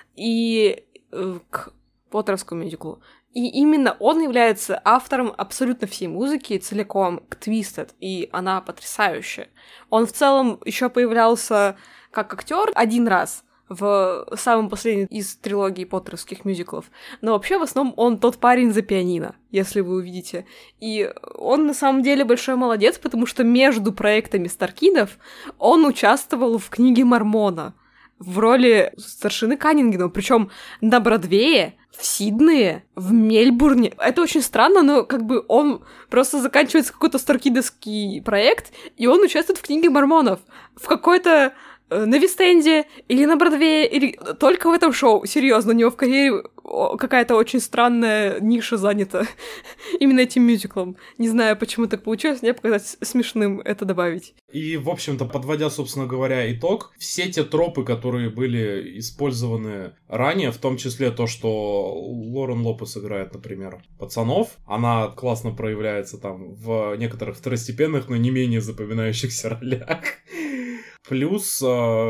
и э, к поттеровскому мюзиклу. И именно он является автором абсолютно всей музыки целиком к Твистед, и она потрясающая. Он в целом еще появлялся как актер один раз в самом последнем из трилогии поттеровских мюзиклов, но вообще в основном он тот парень за пианино, если вы увидите. И он на самом деле большой молодец, потому что между проектами Старкидов он участвовал в «Книге Мормона» в роли старшины Каннингема, причем на Бродвее, в Сиднее, в Мельбурне. Это очень странно, но как бы он просто заканчивается какой-то старкидовский проект, и он участвует в «Книге Мормонов» в какой-то э, на Вест-Энде или на Бродвее, или только в этом шоу. Серьезно, у него в карьере какая-то очень странная ниша занята именно этим мюзиклом. Не знаю, почему так получилось, мне показалось смешным это добавить. И, в общем-то, подводя, собственно говоря, итог, все те тропы, которые были использованы ранее, в том числе то, что Лорен Лопес играет, например, пацанов, она классно проявляется там в некоторых второстепенных, но не менее запоминающихся ролях. Плюс...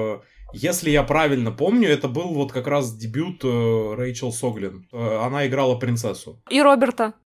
Если я правильно помню, это был вот как раз дебют э, Рэйчел Соглин. Э, она играла принцессу. И Роберта.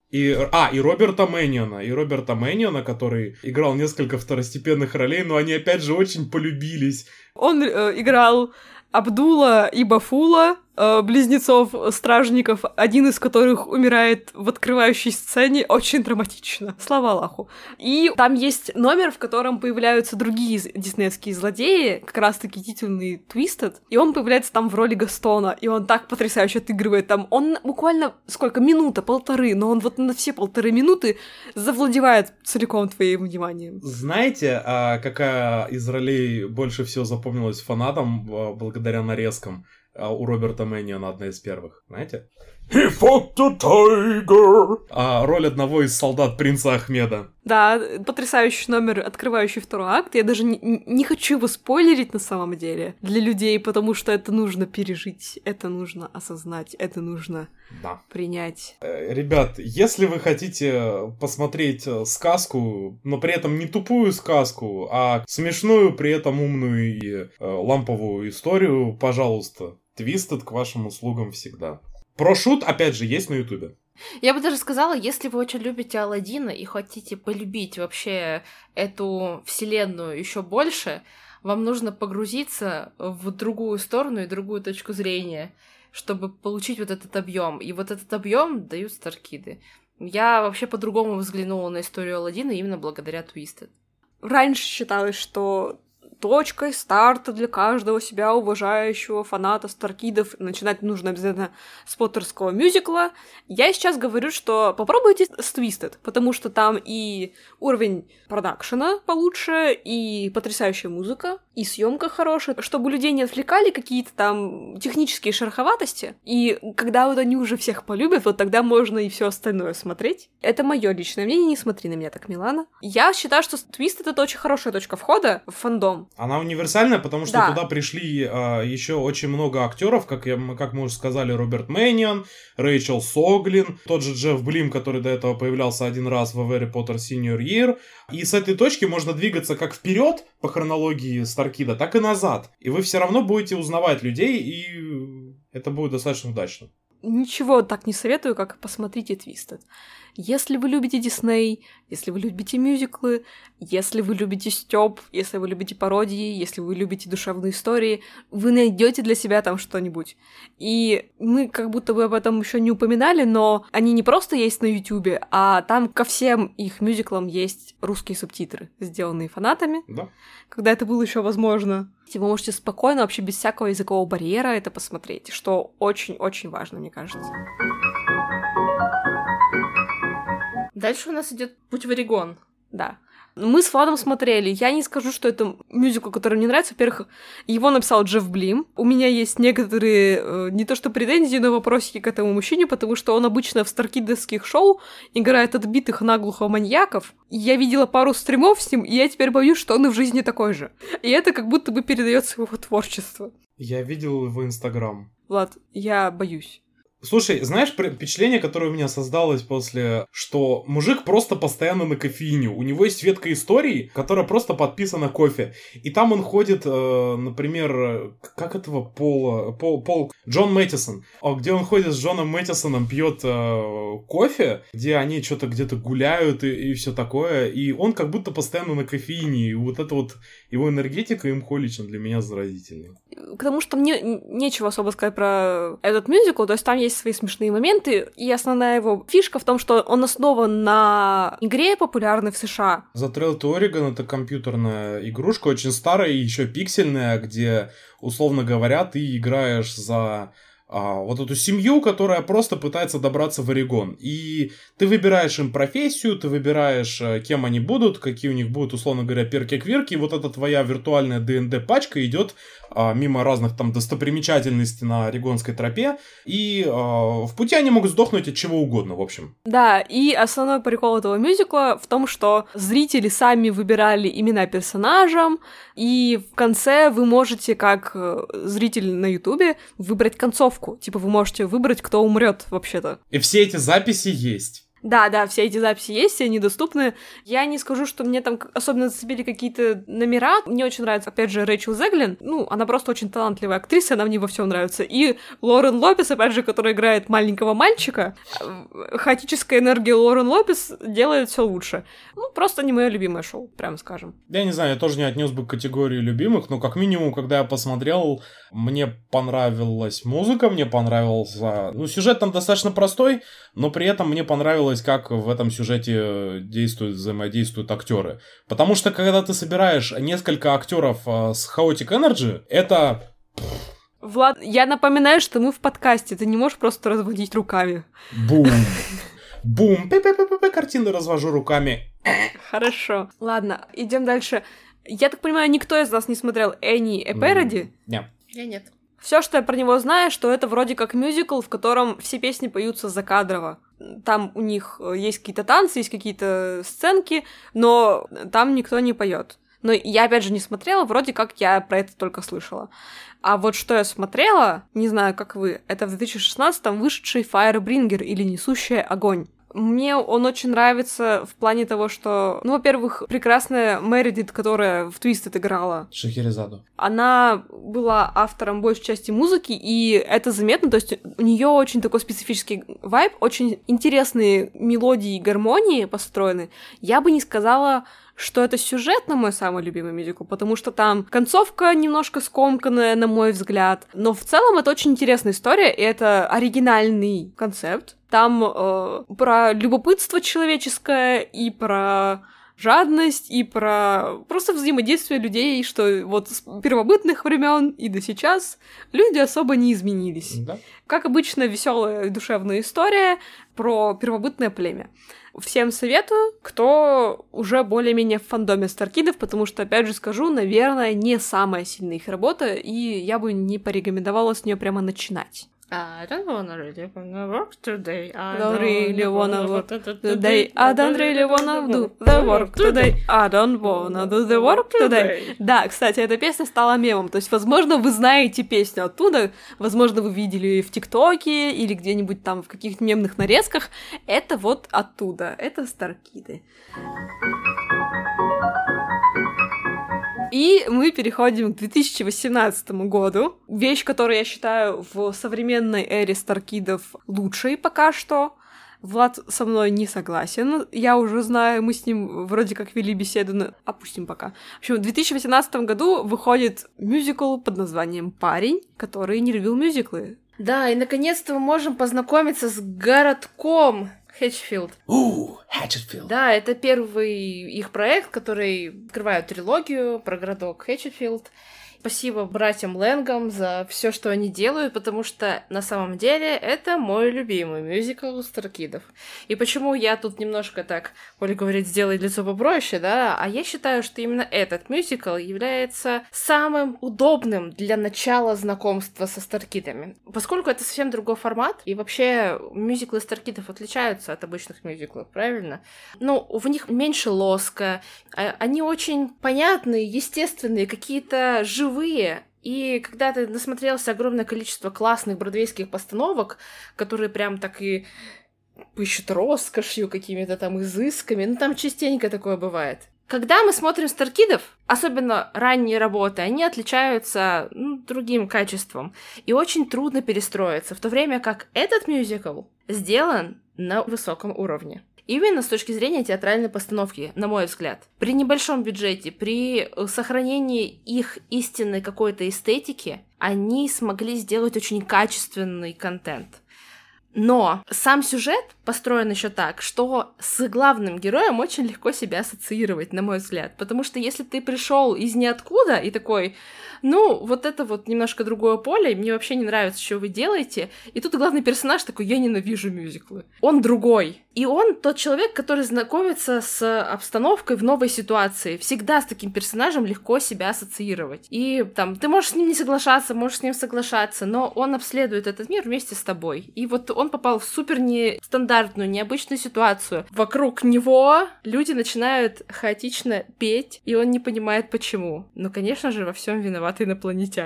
И, а, и Роберта Мэниона, и Роберта Мэниона, который играл несколько второстепенных ролей, но они опять же очень полюбились. Он э, играл Абдула и Бафула, э, близнецов-стражников, один из которых умирает в открывающей сцене, очень драматично, слава Аллаху. И там есть номер, в котором появляются другие диснеевские злодеи, как раз-таки титульный Твистед, и он появляется там в роли Гастона, и он так потрясающе отыгрывает там. Он буквально, сколько, минута, полторы, но он вот на все полторы минуты завладевает целиком твоим вниманием. Знаете, а какая из ролей больше всего запомнилась фанатам благодаря нарезкам? У Роберта Мэниона одна из первых, знаете? He fought the tiger! А, роль одного из солдат принца Ахмеда. Да, потрясающий номер, открывающий второй акт. Я даже не, не хочу его спойлерить на самом деле для людей, потому что это нужно пережить, это нужно осознать, это нужно да. принять. Ребят, если вы хотите посмотреть сказку, но при этом не тупую сказку, а смешную, при этом умную и э, ламповую историю, пожалуйста, Твистед к вашим услугам всегда. Про шут, опять же, есть на Ютубе. Я бы даже сказала, если вы очень любите Аладдина и хотите полюбить вообще эту вселенную еще больше, вам нужно погрузиться в другую сторону и другую точку зрения, чтобы получить вот этот объем. И вот этот объем дают Старкиды. Я вообще по-другому взглянула на историю Аладдина именно благодаря Твистед. Раньше считалось, что точкой старта для каждого себя уважающего фаната Старкидов начинать нужно обязательно с поттерского мюзикла. Я сейчас говорю, что попробуйте с Твистед, потому что там и уровень продакшена получше, и потрясающая музыка, и съемка хорошая, чтобы людей не отвлекали какие-то там технические шероховатости. И когда вот они уже всех полюбят, вот тогда можно и все остальное смотреть. Это мое личное мнение, не смотри на меня так, Милана. Я считаю, что Твистед — это очень хорошая точка входа в фандом. Она универсальная, потому что да. туда пришли а, еще очень много актеров, как, я, как мы уже сказали, Роберт Мэнион, Рэйчел Соглин, тот же Джефф Блим, который до этого появлялся один раз в Harry Potter Senior Year. И с этой точки можно двигаться как вперед по хронологии Старкида, так и назад. И вы все равно будете узнавать людей, и это будет достаточно удачно. Ничего так не советую, как посмотрите Твистед. Если вы любите Дисней, если вы любите мюзиклы, если вы любите стёб, если вы любите пародии, если вы любите душевные истории, вы найдете для себя там что-нибудь. И мы как будто бы об этом еще не упоминали, но они не просто есть на Ютубе, а там ко всем их мюзиклам есть русские субтитры, сделанные фанатами, да. Когда это было еще возможно. Вы можете спокойно, вообще без всякого языкового барьера это посмотреть, что очень-очень важно, мне кажется. Дальше у нас идет «Путь в Орегон». Да. Мы с Владом смотрели. Я не скажу, что это мюзикл, который мне нравится. Во-первых, его написал Джефф Блим. У меня есть некоторые, э, не то что претензии, но вопросики к этому мужчине, потому что он обычно в старкидовских шоу играет отбитых наглухо маньяков. Я видела пару стримов с ним, и я теперь боюсь, что он и в жизни такой же. И это как будто бы передается его творчество. Я видел его Инстаграм. Влад, я боюсь. Слушай, знаешь, впечатление, которое у меня создалось после, что мужик просто постоянно на кофеине. У него есть ветка истории, которая просто подписана кофе. И там он ходит, э, например, как этого Пола, Пол, Пол, Джон Мэттисон, где он ходит с Джоном Мэттисоном, пьет э, кофе, где они что-то где-то гуляют и, и все такое. И он как будто постоянно на кофеине. И вот эта вот его энергетика имхо лично для меня заразительная. Потому что мне нечего особо сказать про этот мюзикл, то есть там есть свои смешные моменты, и основная его фишка в том, что он основан на игре, популярной в США. The Trail to Oregon — это компьютерная игрушка, очень старая и еще пиксельная, где, условно говоря, ты играешь за а, вот эту семью, которая просто пытается добраться в Орегон. И ты выбираешь им профессию, ты выбираешь, кем они будут, какие у них будут, условно говоря, перки-квирки, и вот эта твоя виртуальная ди энд ди-пачка идет а, мимо разных там достопримечательностей на Орегонской тропе, и а, в пути они могут сдохнуть от чего угодно, в общем. Да, и основной прикол этого мюзикла в том, что зрители сами выбирали имена персонажам, и в конце вы можете, как зритель на Ютубе, выбрать концовку. Типа вы можете выбрать, кто умрет вообще-то. И все эти записи есть. Да, да, все эти записи есть, все они доступны. Я не скажу, что мне там особенно зацепили какие-то номера. Мне очень нравится, опять же, Рэйчел Зеглин. Ну, она просто очень талантливая актриса, она мне во всем нравится. И Лорен Лопес, опять же, которая играет маленького мальчика. Хаотическая энергия Лорен Лопес делает все лучше. Ну, просто не мое любимое шоу, прямо скажем. Я не знаю, я тоже не отнес бы к категории любимых, но как минимум, когда я посмотрел, мне понравилась музыка, мне понравился... Ну, сюжет там достаточно простой, но при этом мне понравилось, как в этом сюжете действуют, взаимодействуют актеры. Потому что, когда ты собираешь несколько актеров с Chaotic Energy, это... Влад, я напоминаю, что мы в подкасте, ты не можешь просто разводить руками. Бум! Бум! Пи-пи-пи-пи, картины развожу руками. Хорошо. Ладно, идем дальше. Я так понимаю, никто из нас не смотрел Энни A Parody? Нет. Я нет. Все, что я про него знаю, что это вроде как мюзикл, в котором все песни поются закадрово. Там у них есть какие-то танцы, есть какие-то сценки, но там никто не поет. Но я, опять же, не смотрела, вроде как я про это только слышала. А вот что я смотрела, не знаю, как вы, это в две тысячи шестнадцатом вышедший Firebringer или Несущая огонь. Мне он очень нравится в плане того, что, ну, во-первых, прекрасная Мередит, которая в Twisted играла. Шахерезаду. Она была автором большей части музыки, и это заметно, то есть у нее очень такой специфический вайб, очень интересные мелодии и гармонии построены. Я бы не сказала, что это сюжетно мой самый любимый мюзикл, потому что там концовка немножко скомканная, на мой взгляд, но в целом это очень интересная история, и это оригинальный концепт. Там э, про любопытство человеческое и про жадность, и про просто взаимодействие людей, что вот с первобытных времен и до сейчас люди особо не изменились. Да. Как обычно, веселая душевная история про первобытное племя. Всем советую, кто уже более-менее в фандоме Старкидов, потому что, опять же скажу, наверное, не самая сильная их работа, и я бы не порекомендовала с нее прямо начинать. I don't wanna really wanna work today. I don't really wanna work today. I don't really wanna do the work today. I don't wanna do the work today. Да, кстати, эта песня стала мемом. То есть, возможно, вы знаете песню оттуда, возможно, вы видели ее в ТикТоке или где-нибудь там в каких-то мемных нарезках. Это вот оттуда. Это Старкиды. И мы переходим к две тысячи восемнадцатому году. Вещь, которую я считаю в современной эре Старкидов лучшей пока что. Влад со мной не согласен. Я уже знаю, мы с ним вроде как вели беседу, но опустим пока. В общем, в две тысячи восемнадцатом году выходит мюзикл под названием «Парень, который не любил мюзиклы». Да, и наконец-то мы можем познакомиться с городком Хэтчфилд. Ууу, Хэтчфилд. Да, это первый их проект, который открывает трилогию про городок Хэтчфилд. Спасибо братьям Лэнгам за все, что они делают, потому что на самом деле это мой любимый мюзикл Старкидов. И почему я тут немножко так, Оля говорит, сделай лицо попроще, да, а я считаю, что именно этот мюзикл является самым удобным для начала знакомства со Старкидами. Поскольку это совсем другой формат, и вообще мюзиклы Старкидов отличаются от обычных мюзиклов, правильно? Ну, в них меньше лоска, они очень понятные, естественные, какие-то живые. И когда ты насмотрелся огромное количество классных бродвейских постановок, которые прям так и пышут роскошью, какими-то там изысками, ну там частенько такое бывает. Когда мы смотрим Старкидов, особенно ранние работы, они отличаются ну, другим качеством, и очень трудно перестроиться, в то время как этот мюзикл сделан на высоком уровне. Именно с точки зрения театральной постановки, на мой взгляд. При небольшом бюджете, при сохранении их истинной какой-то эстетики, они смогли сделать очень качественный контент. Но сам сюжет построен еще так, что с главным героем очень легко себя ассоциировать, на мой взгляд. Потому что если ты пришел из ниоткуда и такой, ну, вот это вот немножко другое поле, мне вообще не нравится, что вы делаете, и тут главный персонаж такой, я ненавижу мюзиклы. Он другой. И он тот человек, который знакомится с обстановкой в новой ситуации. Всегда с таким персонажем легко себя ассоциировать. И там, ты можешь с ним не соглашаться, можешь с ним соглашаться, но он обследует этот мир вместе с тобой. И вот он попал в супер нестандартную, необычную ситуацию. Вокруг него люди начинают хаотично петь, и он не понимает, почему. Но, конечно же, во всем виноваты инопланетяне.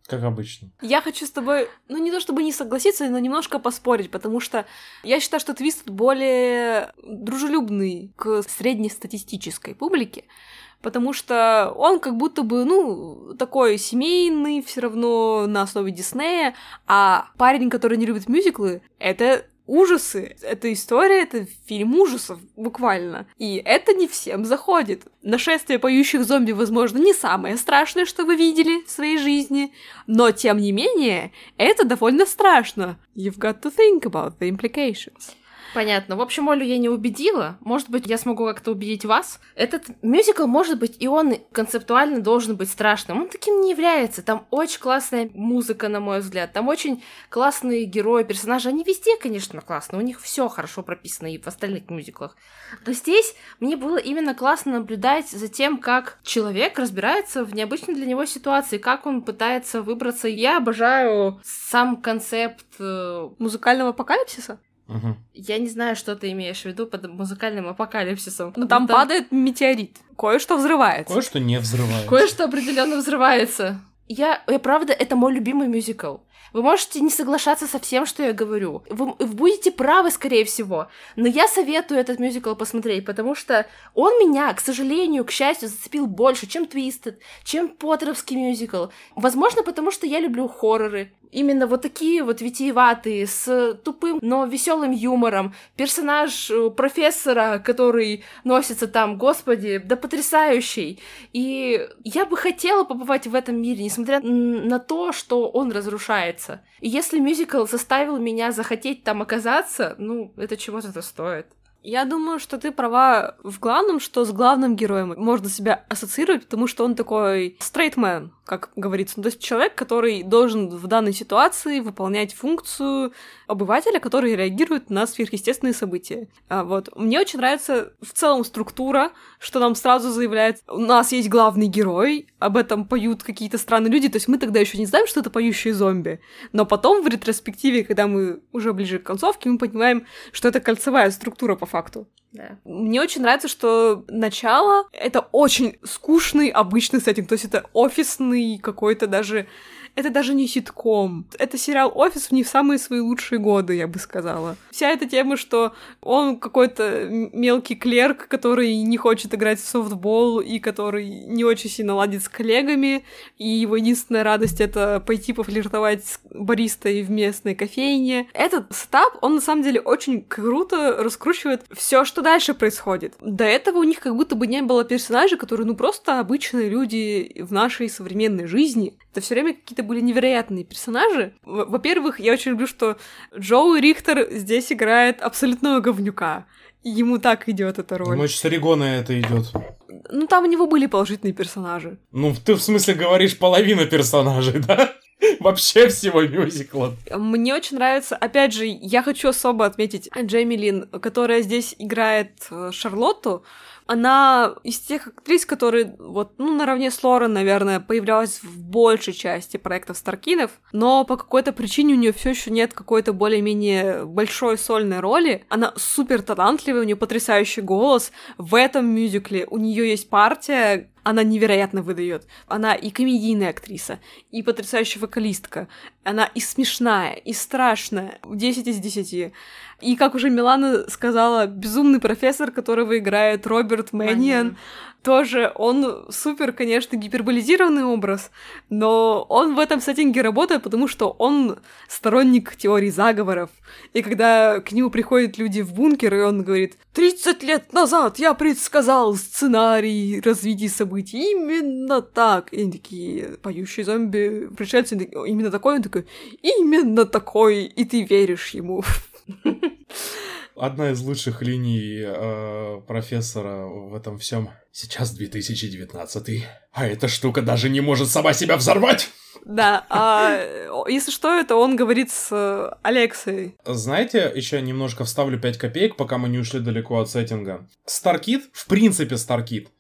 Как обычно. Я хочу с тобой, ну не то чтобы не согласиться, но немножко поспорить, потому что я считаю, что Твист более дружелюбный к среднестатистической публике, потому что он как будто бы, ну, такой семейный, все равно на основе Диснея, а парень, который не любит мюзиклы, это ужасы. Это история, это фильм ужасов, буквально. И это не всем заходит. Нашествие поющих зомби, возможно, не самое страшное, что вы видели в своей жизни, но, тем не менее, это довольно страшно. You've got to think about the implications. Понятно. В общем, Олю я не убедила. Может быть, я смогу как-то убедить вас. Этот мюзикл, может быть, и он концептуально должен быть страшным. Он таким не является. Там очень классная музыка, на мой взгляд. Там очень классные герои, персонажи. Они везде, конечно, классные. У них все хорошо прописано и в остальных мюзиклах. Но здесь мне было именно классно наблюдать за тем, как человек разбирается в необычной для него ситуации, как он пытается выбраться. Я обожаю сам концепт э... музыкального апокалипсиса. Угу. Я не знаю, что ты имеешь в виду под музыкальным апокалипсисом. Ну там, там падает метеорит. Кое-что взрывается. Кое-что не взрывается. Кое-что определенно взрывается. Я, я правда, это мой любимый мюзикл. Вы можете не соглашаться со всем, что я говорю. Вы, вы будете правы, скорее всего. Но я советую этот мюзикл посмотреть, потому что он меня, к сожалению, к счастью, зацепил больше, чем Твистед, чем Поттеровский мюзикл. Возможно, потому что я люблю хорроры. Именно вот такие вот витиеватые, с тупым, но веселым юмором. Персонаж профессора, который носится там, господи, да потрясающий. И я бы хотела побывать в этом мире, несмотря на то, что он разрушается. И если мюзикл заставил меня захотеть там оказаться, ну, это чего-то стоит. Я думаю, что ты права в главном, что с главным героем можно себя ассоциировать, потому что он такой straight man, как говорится. Ну, то есть человек, который должен в данной ситуации выполнять функцию обывателя, который реагирует на сверхъестественные события. А вот. Мне очень нравится в целом структура, что нам сразу заявляет, у нас есть главный герой, об этом поют какие-то странные люди, то есть мы тогда еще не знаем, что это поющие зомби, но потом в ретроспективе, когда мы уже ближе к концовке, мы понимаем, что это кольцевая структура по факту. Да. Мне очень нравится, что начало — это очень скучный, обычный сеттинг, то есть это офисный какой-то даже... Это даже не ситком. Это сериал «Офис» не в самые свои лучшие годы, я бы сказала. Вся эта тема, что он какой-то мелкий клерк, который не хочет играть в софтбол и который не очень сильно ладит с коллегами, и его единственная радость — это пойти пофлиртовать с баристой в местной кофейне. Этот сетап, он на самом деле очень круто раскручивает все, что дальше происходит. До этого у них как будто бы не было персонажей, которые, ну, просто обычные люди в нашей современной жизни. Это все время какие-то были невероятные персонажи. Во-первых, я очень люблю, что Джоуи Рихтер здесь играет абсолютного говнюка. И ему так идет эта роль. Ему очень с Орегона это идет. Ну, там у него были положительные персонажи. Ну, ты в смысле говоришь половина персонажей, да? Вообще всего мюзикла. Мне очень нравится, опять же, я хочу особо отметить Джейми Лин, которая здесь играет Шарлотту. Она из тех актрис, которые, вот, ну, наравне с Лорен, наверное, появлялась в большей части проектов Старкидов, но по какой-то причине у нее все еще нет какой-то более-менее большой сольной роли. Она супер талантливая, у нее потрясающий голос. В этом мюзикле у нее есть партия, она невероятно выдает. Она и комедийная актриса, и потрясающая вокалистка. Она и смешная, и страшная. десять из десяти. И, как уже Милана сказала, безумный профессор, которого играет Роберт Мэниан, тоже он супер, конечно, гиперболизированный образ, но он в этом сеттинге работает, потому что он сторонник теории заговоров. И когда к нему приходят люди в бункер, и он говорит: «тридцать лет назад я предсказал сценарий развития событий именно так». И они такие: «Поющий зомби пришельцы, именно такой?» Он такой: «Именно такой, и ты веришь ему». Одна из лучших линий э, профессора в этом всем. Сейчас две тысячи девятнадцатый, а эта штука даже не может сама себя взорвать! Да, а если что, это он говорит с Алексой. Знаете, еще немножко вставлю пять копеек, пока мы не ушли далеко от сеттинга. Старкид, в принципе Старкид,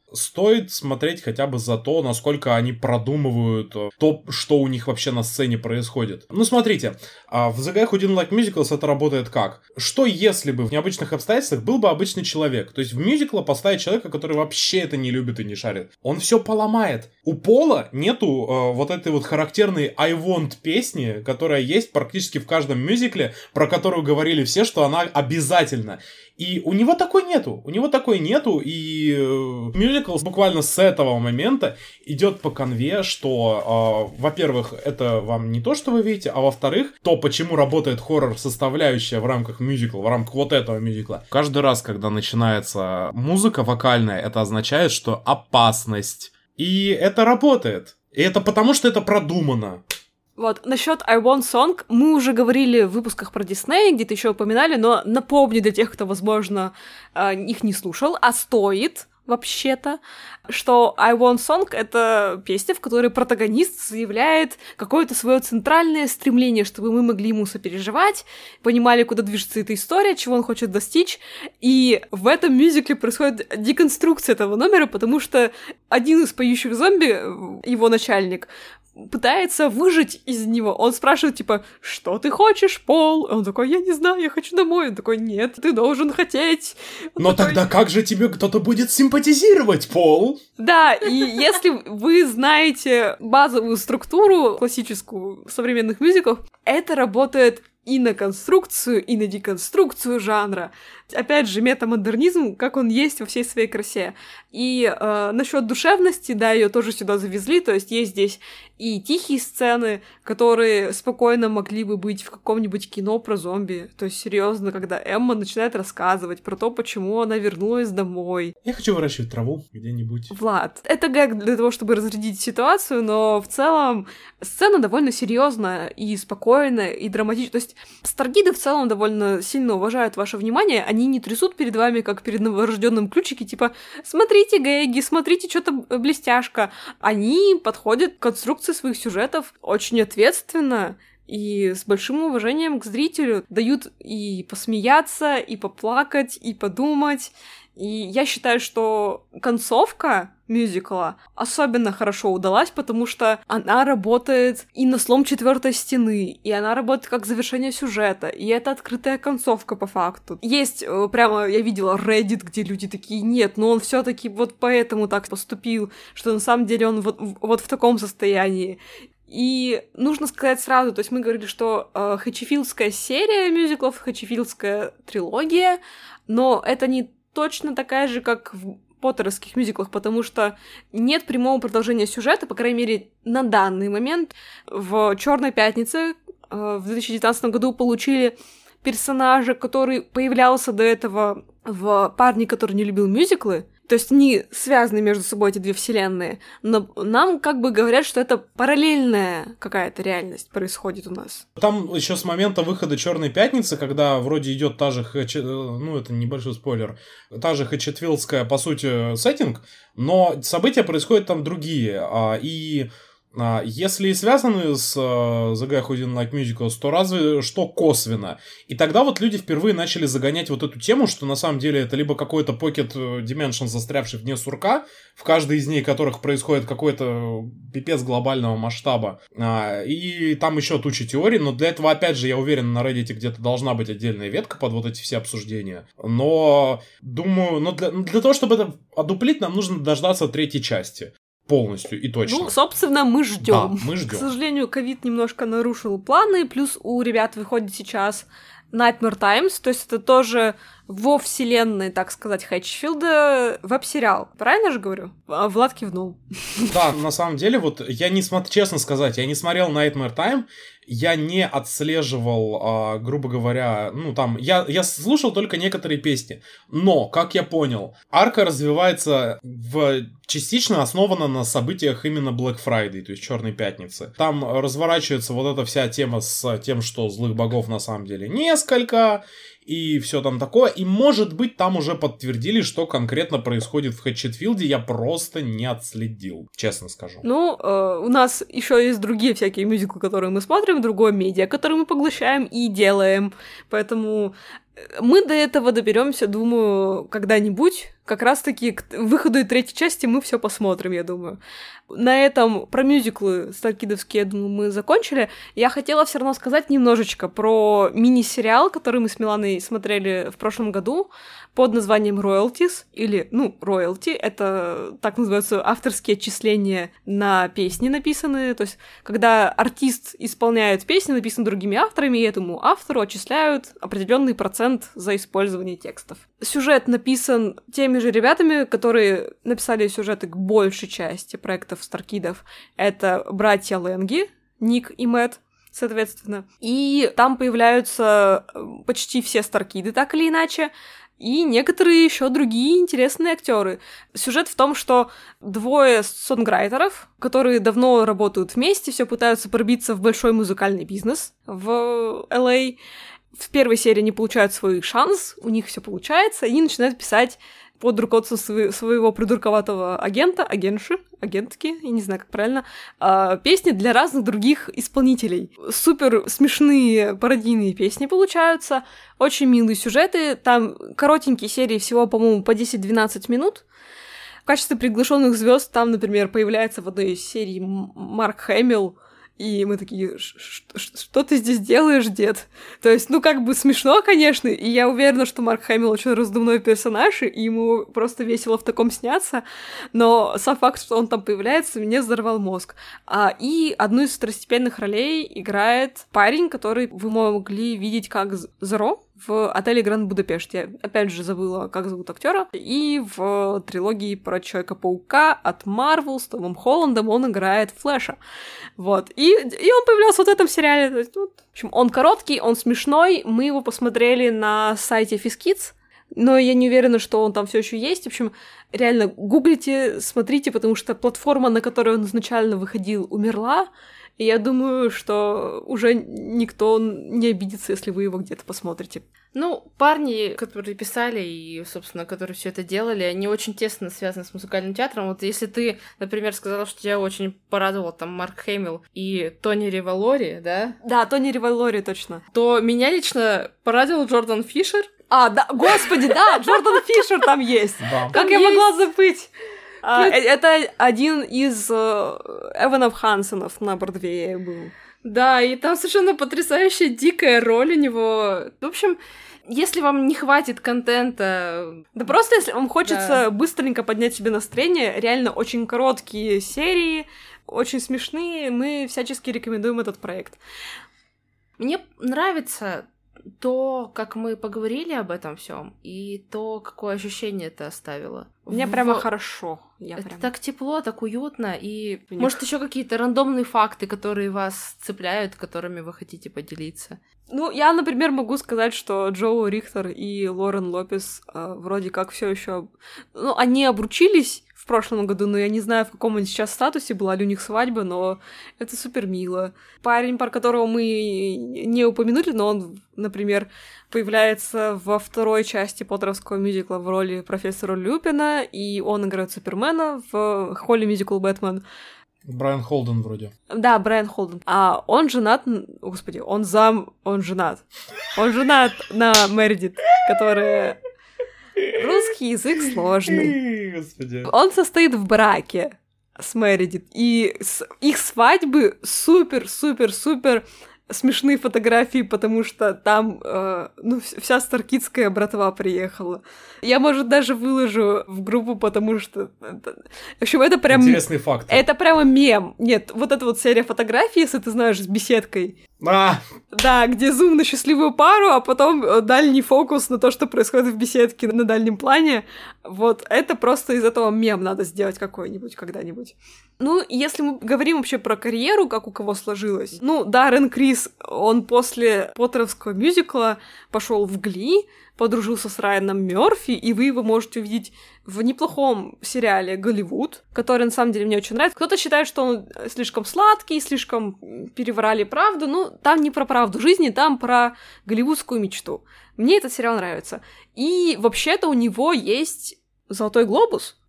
стоит смотреть хотя бы за то, насколько они продумывают то, что у них вообще на сцене происходит. Ну, смотрите, в The Guy Who Didn't Like Musicals это работает как? Что если бы в необычных обстоятельствах был бы обычный человек? То есть в мюзикл поставить человека, который вообще это не любит и не шарит. Он все поломает. У Пола нету э, вот этой вот характерной I Want песни, которая есть практически в каждом мюзикле, про которую говорили все, что она обязательна. И у него такой нету, у него такой нету, и э, мюзикл буквально с этого момента идет по конве, что, э, во-первых, это вам не то, что вы видите, а во-вторых, то, почему работает хоррор-составляющая в рамках мюзикла, в рамках вот этого мюзикла. Каждый раз, когда начинается музыка вокальная, это означает, что опасность. И это работает. И это потому, что это продумано. Вот, насчет I Want Song мы уже говорили в выпусках про Дисней, где-то еще упоминали, но напомню для тех, кто, возможно, их не слушал, а стоит вообще-то, что I Want Song — это песня, в которой протагонист заявляет какое-то свое центральное стремление, чтобы мы могли ему сопереживать, понимали, куда движется эта история, чего он хочет достичь, и в этом мюзикле происходит деконструкция этого номера, потому что один из поющих зомби, его начальник, пытается выжить из него. Он спрашивает, типа, что ты хочешь, Пол? Он такой, я не знаю, я хочу домой. Он такой, нет, ты должен хотеть. Он Но такой... тогда как же тебе кто-то будет симпатизировать, Пол? Да, и если вы знаете базовую структуру классическую современных мюзиклов, это работает и на конструкцию, и на деконструкцию жанра. Опять же, метамодернизм, как он есть во всей своей красе. И э, насчет душевности, да, ее тоже сюда завезли, то есть есть здесь и тихие сцены, которые спокойно могли бы быть в каком-нибудь кино про зомби. То есть, серьезно, когда Эмма начинает рассказывать про то, почему она вернулась домой. Я хочу выращивать траву где-нибудь. Влад, это гэг для того, чтобы разрядить ситуацию, но в целом сцена довольно серьезная и спокойная, и драматичная. То есть Старгиды в целом довольно сильно уважают ваше внимание, они не трясут перед вами, как перед новорожденным ключики, типа «смотрите, гэги, смотрите, что-то блестяшка». Они подходят к конструкции своих сюжетов очень ответственно и с большим уважением к зрителю. Дают и посмеяться, и поплакать, и подумать. И я считаю, что концовка мюзикла особенно хорошо удалась, потому что она работает и на слом четвертой стены, и она работает как завершение сюжета, и это открытая концовка по факту. Есть прямо, я видела Reddit, где люди такие, нет, но он все-таки вот поэтому так поступил, что на самом деле он вот, вот в таком состоянии. И нужно сказать сразу, то есть мы говорили, что э, хэтчифилдская серия мюзиклов, хэтчифилдская трилогия, но это не точно такая же, как в поттеровских мюзиклах, потому что нет прямого продолжения сюжета, по крайней мере, на данный момент. В «Чёрной пятнице» в две тысячи девятнадцатом году получили персонажа, который появлялся до этого в «Парне, который не любил мюзиклы». То есть они связаны между собой, эти две вселенные, но нам как бы говорят, что это параллельная какая-то реальность происходит у нас. Там еще с момента выхода «Черной пятницы», когда вроде идет та же, Хэтч... ну это небольшой спойлер, та же хэтчетфилдская, по сути, сеттинг, но события происходят там другие, и... Если и связаны с uh, The Guy Who Didn't Like Musicals, то разве что косвенно. И тогда вот люди впервые начали загонять вот эту тему, что на самом деле это либо какой-то Pocket Dimension, застрявший вне сурка, в каждой из них которых происходит какой-то пипец глобального масштаба. Uh, и там еще туча теорий, но для этого, опять же, я уверен, на Reddit где-то должна быть отдельная ветка под вот эти все обсуждения. Но, думаю, но для, для того, чтобы это одуплить, нам нужно дождаться третьей части. Полностью и точно. Ну, собственно, мы ждем. Да, мы ждем. К сожалению, ковид немножко нарушил планы, плюс у ребят выходит сейчас Nightmare Times, то есть это тоже во вселенной, так сказать, Хэтчфилда веб-сериал. Правильно же говорю? Влад кивнул. Да, на самом деле, вот я не смотрел, честно сказать, я не смотрел Nightmare Time, я не отслеживал, а, грубо говоря, ну там, я, я слушал только некоторые песни, но, как я понял, арка развивается в... частично основана на событиях именно Black Friday, то есть Черной пятницы. Там разворачивается вот эта вся тема с тем, что злых богов на самом деле несколько, и все там такое. И, может быть, там уже подтвердили, что конкретно происходит в Хэтчетфилде. Я просто не отследил, честно скажу. Ну, э, у нас еще есть другие всякие мюзиклы, которые мы смотрим, другое медиа, которые мы поглощаем и делаем. Поэтому мы до этого доберемся, думаю, когда-нибудь, как раз-таки к выходу третьей части мы все посмотрим, я думаю. На этом про мюзиклы старкидовские, я думаю, мы закончили. Я хотела все равно сказать немножечко про мини-сериал, который мы с Миланой смотрели в прошлом году под названием Royalties, или, ну, Royalty, это так называются авторские отчисления на песни написанные, то есть когда артист исполняет песни, написанные другими авторами, и этому автору отчисляют определенный процент за использование текстов. Сюжет написан теми же ребятами, которые написали сюжеты к большей части проектов Старкидов. Это братья Лэнги, Ник и Мэтт, соответственно. И там появляются почти все Старкиды, так или иначе, и некоторые еще другие интересные актеры. Сюжет в том, что двое сонграйтеров, которые давно работают вместе, все пытаются пробиться в большой музыкальный бизнес в Эл Эй. В первой серии они получают свой шанс, у них все получается, и они начинают писать под руководством св- своего придурковатого агента, агентши, агентки, я не знаю, как правильно, э, песни для разных других исполнителей. Супер смешные пародийные песни получаются, очень милые сюжеты, там коротенькие серии, всего, по-моему, по десять-двенадцать минут. В качестве приглашенных звезд там, например, появляется в одной из серий Марк Хэмилл, и мы такие, что ты здесь делаешь, дед? То есть, ну, как бы смешно, конечно, и я уверена, что Марк Хэмилл очень раздувной персонаж, и ему просто весело в таком сняться, но сам факт, что он там появляется, мне взорвал мозг. А, и одну из второстепенных ролей играет парень, который вы могли видеть как Зеро в отеле Гранд Будапешт. Я опять же забыла, как зовут актера. И в трилогии про Человека-паука от Марвел с Томом Холландом он играет Флэша. Вот. И, и он появлялся вот в этом сериале. То есть, вот. В общем, он короткий, он смешной. Мы его посмотрели на сайте Фискидс, но я не уверена, что он там все еще есть. В общем, реально, гуглите, смотрите, потому что платформа, на которой он изначально выходил, умерла. И я думаю, что уже никто не обидится, если вы его где-то посмотрите. Ну, парни, которые писали и, собственно, которые все это делали, они очень тесно связаны с музыкальным театром. Вот если ты, например, сказала, что тебя очень порадовал там Марк Хэмилл и Тони Револори, да? Да, Тони Револори, точно. То меня лично порадовал Джордан Фишер. А, да, господи, да, Джордан Фишер там есть. Как я могла забыть? А, это один из э, Эванов Хансенов на Бродвее был. Да, и там совершенно потрясающая дикая роль у него. В общем, если вам не хватит контента... Да просто если вам хочется да. быстренько поднять себе настроение, реально очень короткие серии, очень смешные, мы всячески рекомендуем этот проект. Мне нравится то, как мы поговорили об этом всем, и то, какое ощущение это оставило. Мне в... прямо хорошо. Я это прям... так тепло, так уютно, и, Мне... может, еще какие-то рандомные факты, которые вас цепляют, которыми вы хотите поделиться. Ну, я, например, могу сказать, что Джоу Рихтер и Лорен Лопес э, вроде как все еще, ну, они обручились в прошлом году, но я не знаю, в каком они сейчас статусе, была ли у них свадьба, но это супер мило. Парень, про которого мы не упомянули, но он, например, появляется во второй части поттеровского мюзикла в роли профессора Люпина, и он играет Супермена в Холли мюзикл «Бэтмен». Брайан Холден вроде. Да, Брайан Холден. А он женат... Господи, он зам... Он женат. Он женат на Мередит, которая... Русский язык сложный. Господи. Он состоит в браке с Мередит, и с... их свадьбы супер-супер-супер смешные фотографии, потому что там, э, ну, вся старкидская братва приехала. Я, может, даже выложу в группу, потому что... Это... В общем, это прям... Интересный факт. Это прямо мем. Нет, вот эта вот серия фотографий, если ты знаешь, с беседкой. А! Да, где зум на счастливую пару, а потом дальний фокус на то, что происходит в беседке на дальнем плане. Вот это просто из этого мем надо сделать какой-нибудь когда-нибудь. Ну, если мы говорим вообще про карьеру, как у кого сложилось, ну, Даррен Крис, он после поттеровского мюзикла пошел в Гли, подружился с Райаном Мёрфи, и вы его можете увидеть в неплохом сериале «Голливуд», который, на самом деле, мне очень нравится. Кто-то считает, что он слишком сладкий, слишком переврали правду, но там не про правду жизни, там про голливудскую мечту. Мне этот сериал нравится. И вообще-то у него есть «Золотой глобус».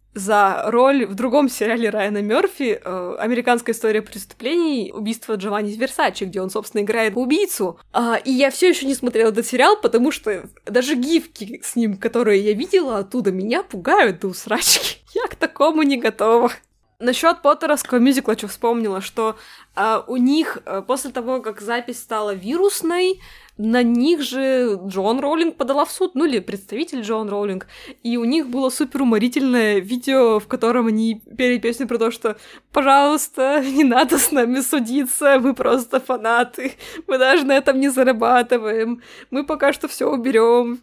за роль в другом сериале Райана Мёрфи э, «Американская история преступлений. Убийство Джованни Версачи», где он, собственно, играет убийцу. А, и я все еще не смотрела этот сериал, потому что даже гифки с ним, которые я видела оттуда, меня пугают до усрачки. Я к такому не готова. Насчет поттеровского мюзикла, что вспомнила, что а, у них а, после того, как запись стала вирусной, на них же Джоан Роулинг подала в суд, ну или представитель Джоан Роулинг, и у них было суперуморительное видео, в котором они пели песню про то, что «пожалуйста, не надо с нами судиться, мы просто фанаты, мы даже на этом не зарабатываем, мы пока что все уберем».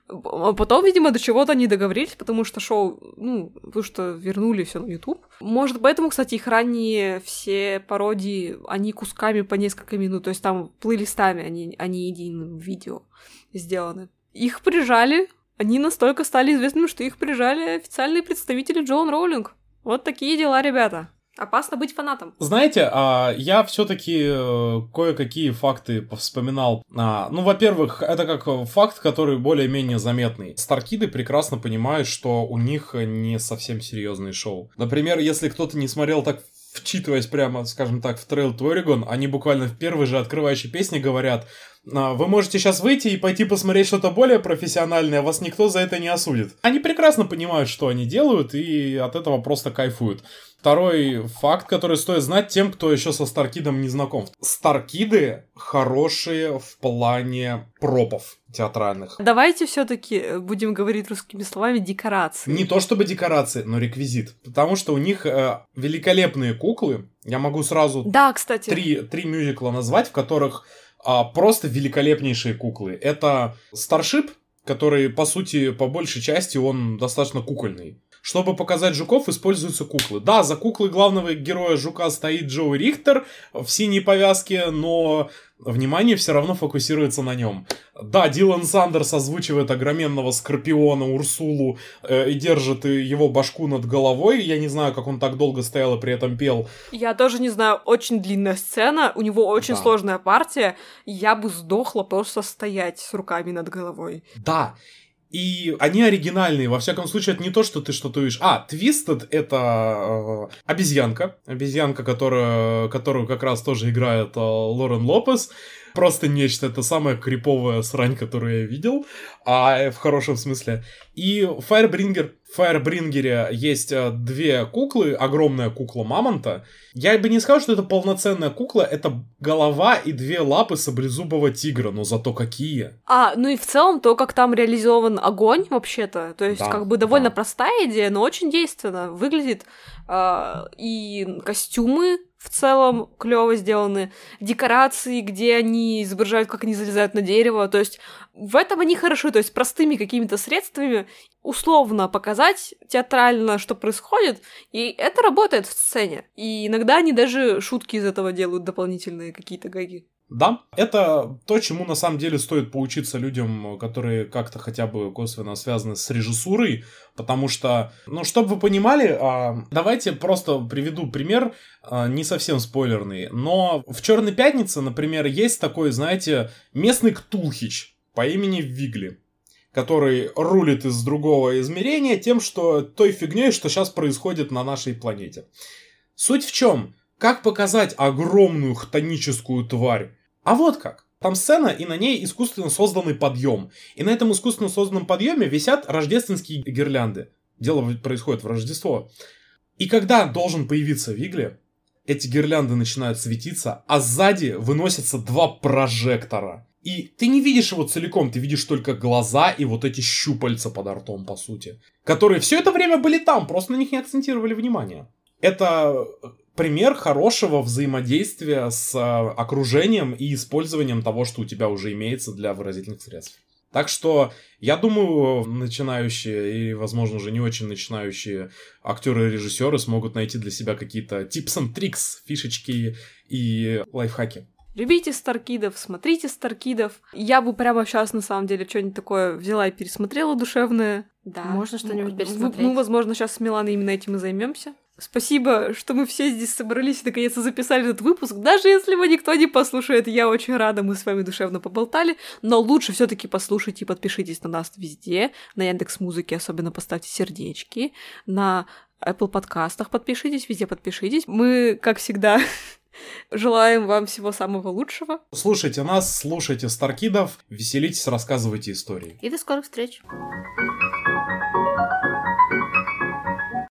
А потом, видимо, до чего-то не договорились, потому что шоу, ну, потому что вернули все на YouTube. Может, поэтому, кстати, их ранние все пародии, они кусками по несколько минут, то есть там плейлистами, они, они единым видео сделаны. Их прижали, они настолько стали известными, что их прижали официальные представители Джоан Роулинг. Вот такие дела, ребята. Опасно быть фанатом. Знаете, я все-таки кое-какие факты вспоминал. Ну, во-первых, это как факт, который более-менее заметный. Старкиды прекрасно понимают, что у них не совсем серьезные шоу. Например, если кто-то не смотрел так, вчитываясь прямо, скажем так, в Trail to Oregon, они буквально в первой же открывающей песне говорят: вы можете сейчас выйти и пойти посмотреть что-то более профессиональное, вас никто за это не осудит. Они прекрасно понимают, что они делают, и от этого просто кайфуют. Второй факт, который стоит знать тем, кто еще со Старкидом не знаком. Старкиды хорошие в плане пропов театральных. Давайте все-таки будем говорить русскими словами декорации. Не то чтобы декорации, но реквизит. Потому что у них э, великолепные куклы. Я могу сразу да, кстати. три, три мюзикла назвать, в которых а, просто великолепнейшие куклы. Это Starship, который, по сути, по большей части, он достаточно кукольный. Чтобы показать жуков, используются куклы. Да, за куклой главного героя жука стоит Джоуи Рихтер в синей повязке, но внимание все равно фокусируется на нем. Да, Дилан Сандерс озвучивает огроменного Скорпиона Урсулу э, и держит его башку над головой. Я не знаю, как он так долго стоял и при этом пел. Я тоже не знаю, очень длинная сцена, у него очень да. сложная партия. Я бы сдохла просто стоять с руками над головой. Да. И они оригинальные, во всяком случае, это не то, что ты что-то видишь. А, Twisted — это э, обезьянка. Обезьянка, которая, которую как раз тоже играет э, Лорен Лопес. Просто нечто, это самая криповая срань, которую я видел, а в хорошем смысле. И Firebringer. В Firebringer'е есть две куклы, огромная кукла мамонта. Я бы не сказал, что это полноценная кукла, это голова и две лапы саблезубого тигра, но зато какие. А, ну и в целом то, как там реализован огонь, вообще-то, то есть да, как бы довольно да. простая идея, но очень действенно выглядит. А, и костюмы в целом клево сделаны, декорации, где они изображают, как они залезают на дерево, то есть в этом они хороши, то есть простыми какими-то средствами условно показать театрально, что происходит, и это работает в сцене. И иногда они даже шутки из этого делают, дополнительные какие-то гэги. Да, это то, чему на самом деле стоит поучиться людям, которые как-то хотя бы косвенно связаны с режиссурой, потому что, ну, чтобы вы понимали, давайте просто приведу пример, не совсем спойлерный, но в «Черной пятнице», например, есть такой, знаете, местный Ктулхич по имени Вигли, который рулит из другого измерения тем, что той фигней, что сейчас происходит на нашей планете. Суть в чем? Как показать огромную хтоническую тварь? А вот как. Там сцена, и на ней искусственно созданный подъем. И на этом искусственно созданном подъеме висят рождественские гирлянды. Дело происходит в Рождество. И когда должен появиться Вигли, эти гирлянды начинают светиться, а сзади выносятся два прожектора. И ты не видишь его целиком, ты видишь только глаза и вот эти щупальца под ртом, по сути. Которые все это время были там, просто на них не акцентировали внимание. Это пример хорошего взаимодействия с окружением и использованием того, что у тебя уже имеется для выразительных средств. Так что, я думаю, начинающие и, возможно, уже не очень начинающие актеры и режиссеры смогут найти для себя какие-то tips and tricks, фишечки и лайфхаки. Любите Старкидов, смотрите Старкидов. Я бы прямо сейчас, на самом деле, что-нибудь такое взяла и пересмотрела душевное. Да, можно что-нибудь пересмотреть. Ну, возможно, сейчас с Миланой именно этим и займемся. Спасибо, что мы все здесь собрались и наконец-то записали этот выпуск. Даже если его никто не послушает, я очень рада, мы с вами душевно поболтали. Но лучше все таки послушайте и подпишитесь на нас везде. На Яндекс.Музыке особенно поставьте сердечки. На Apple подкастах подпишитесь, везде подпишитесь. Мы, как всегда, желаем вам всего самого лучшего. Слушайте нас, слушайте Старкидов, веселитесь, рассказывайте истории. И до скорых встреч!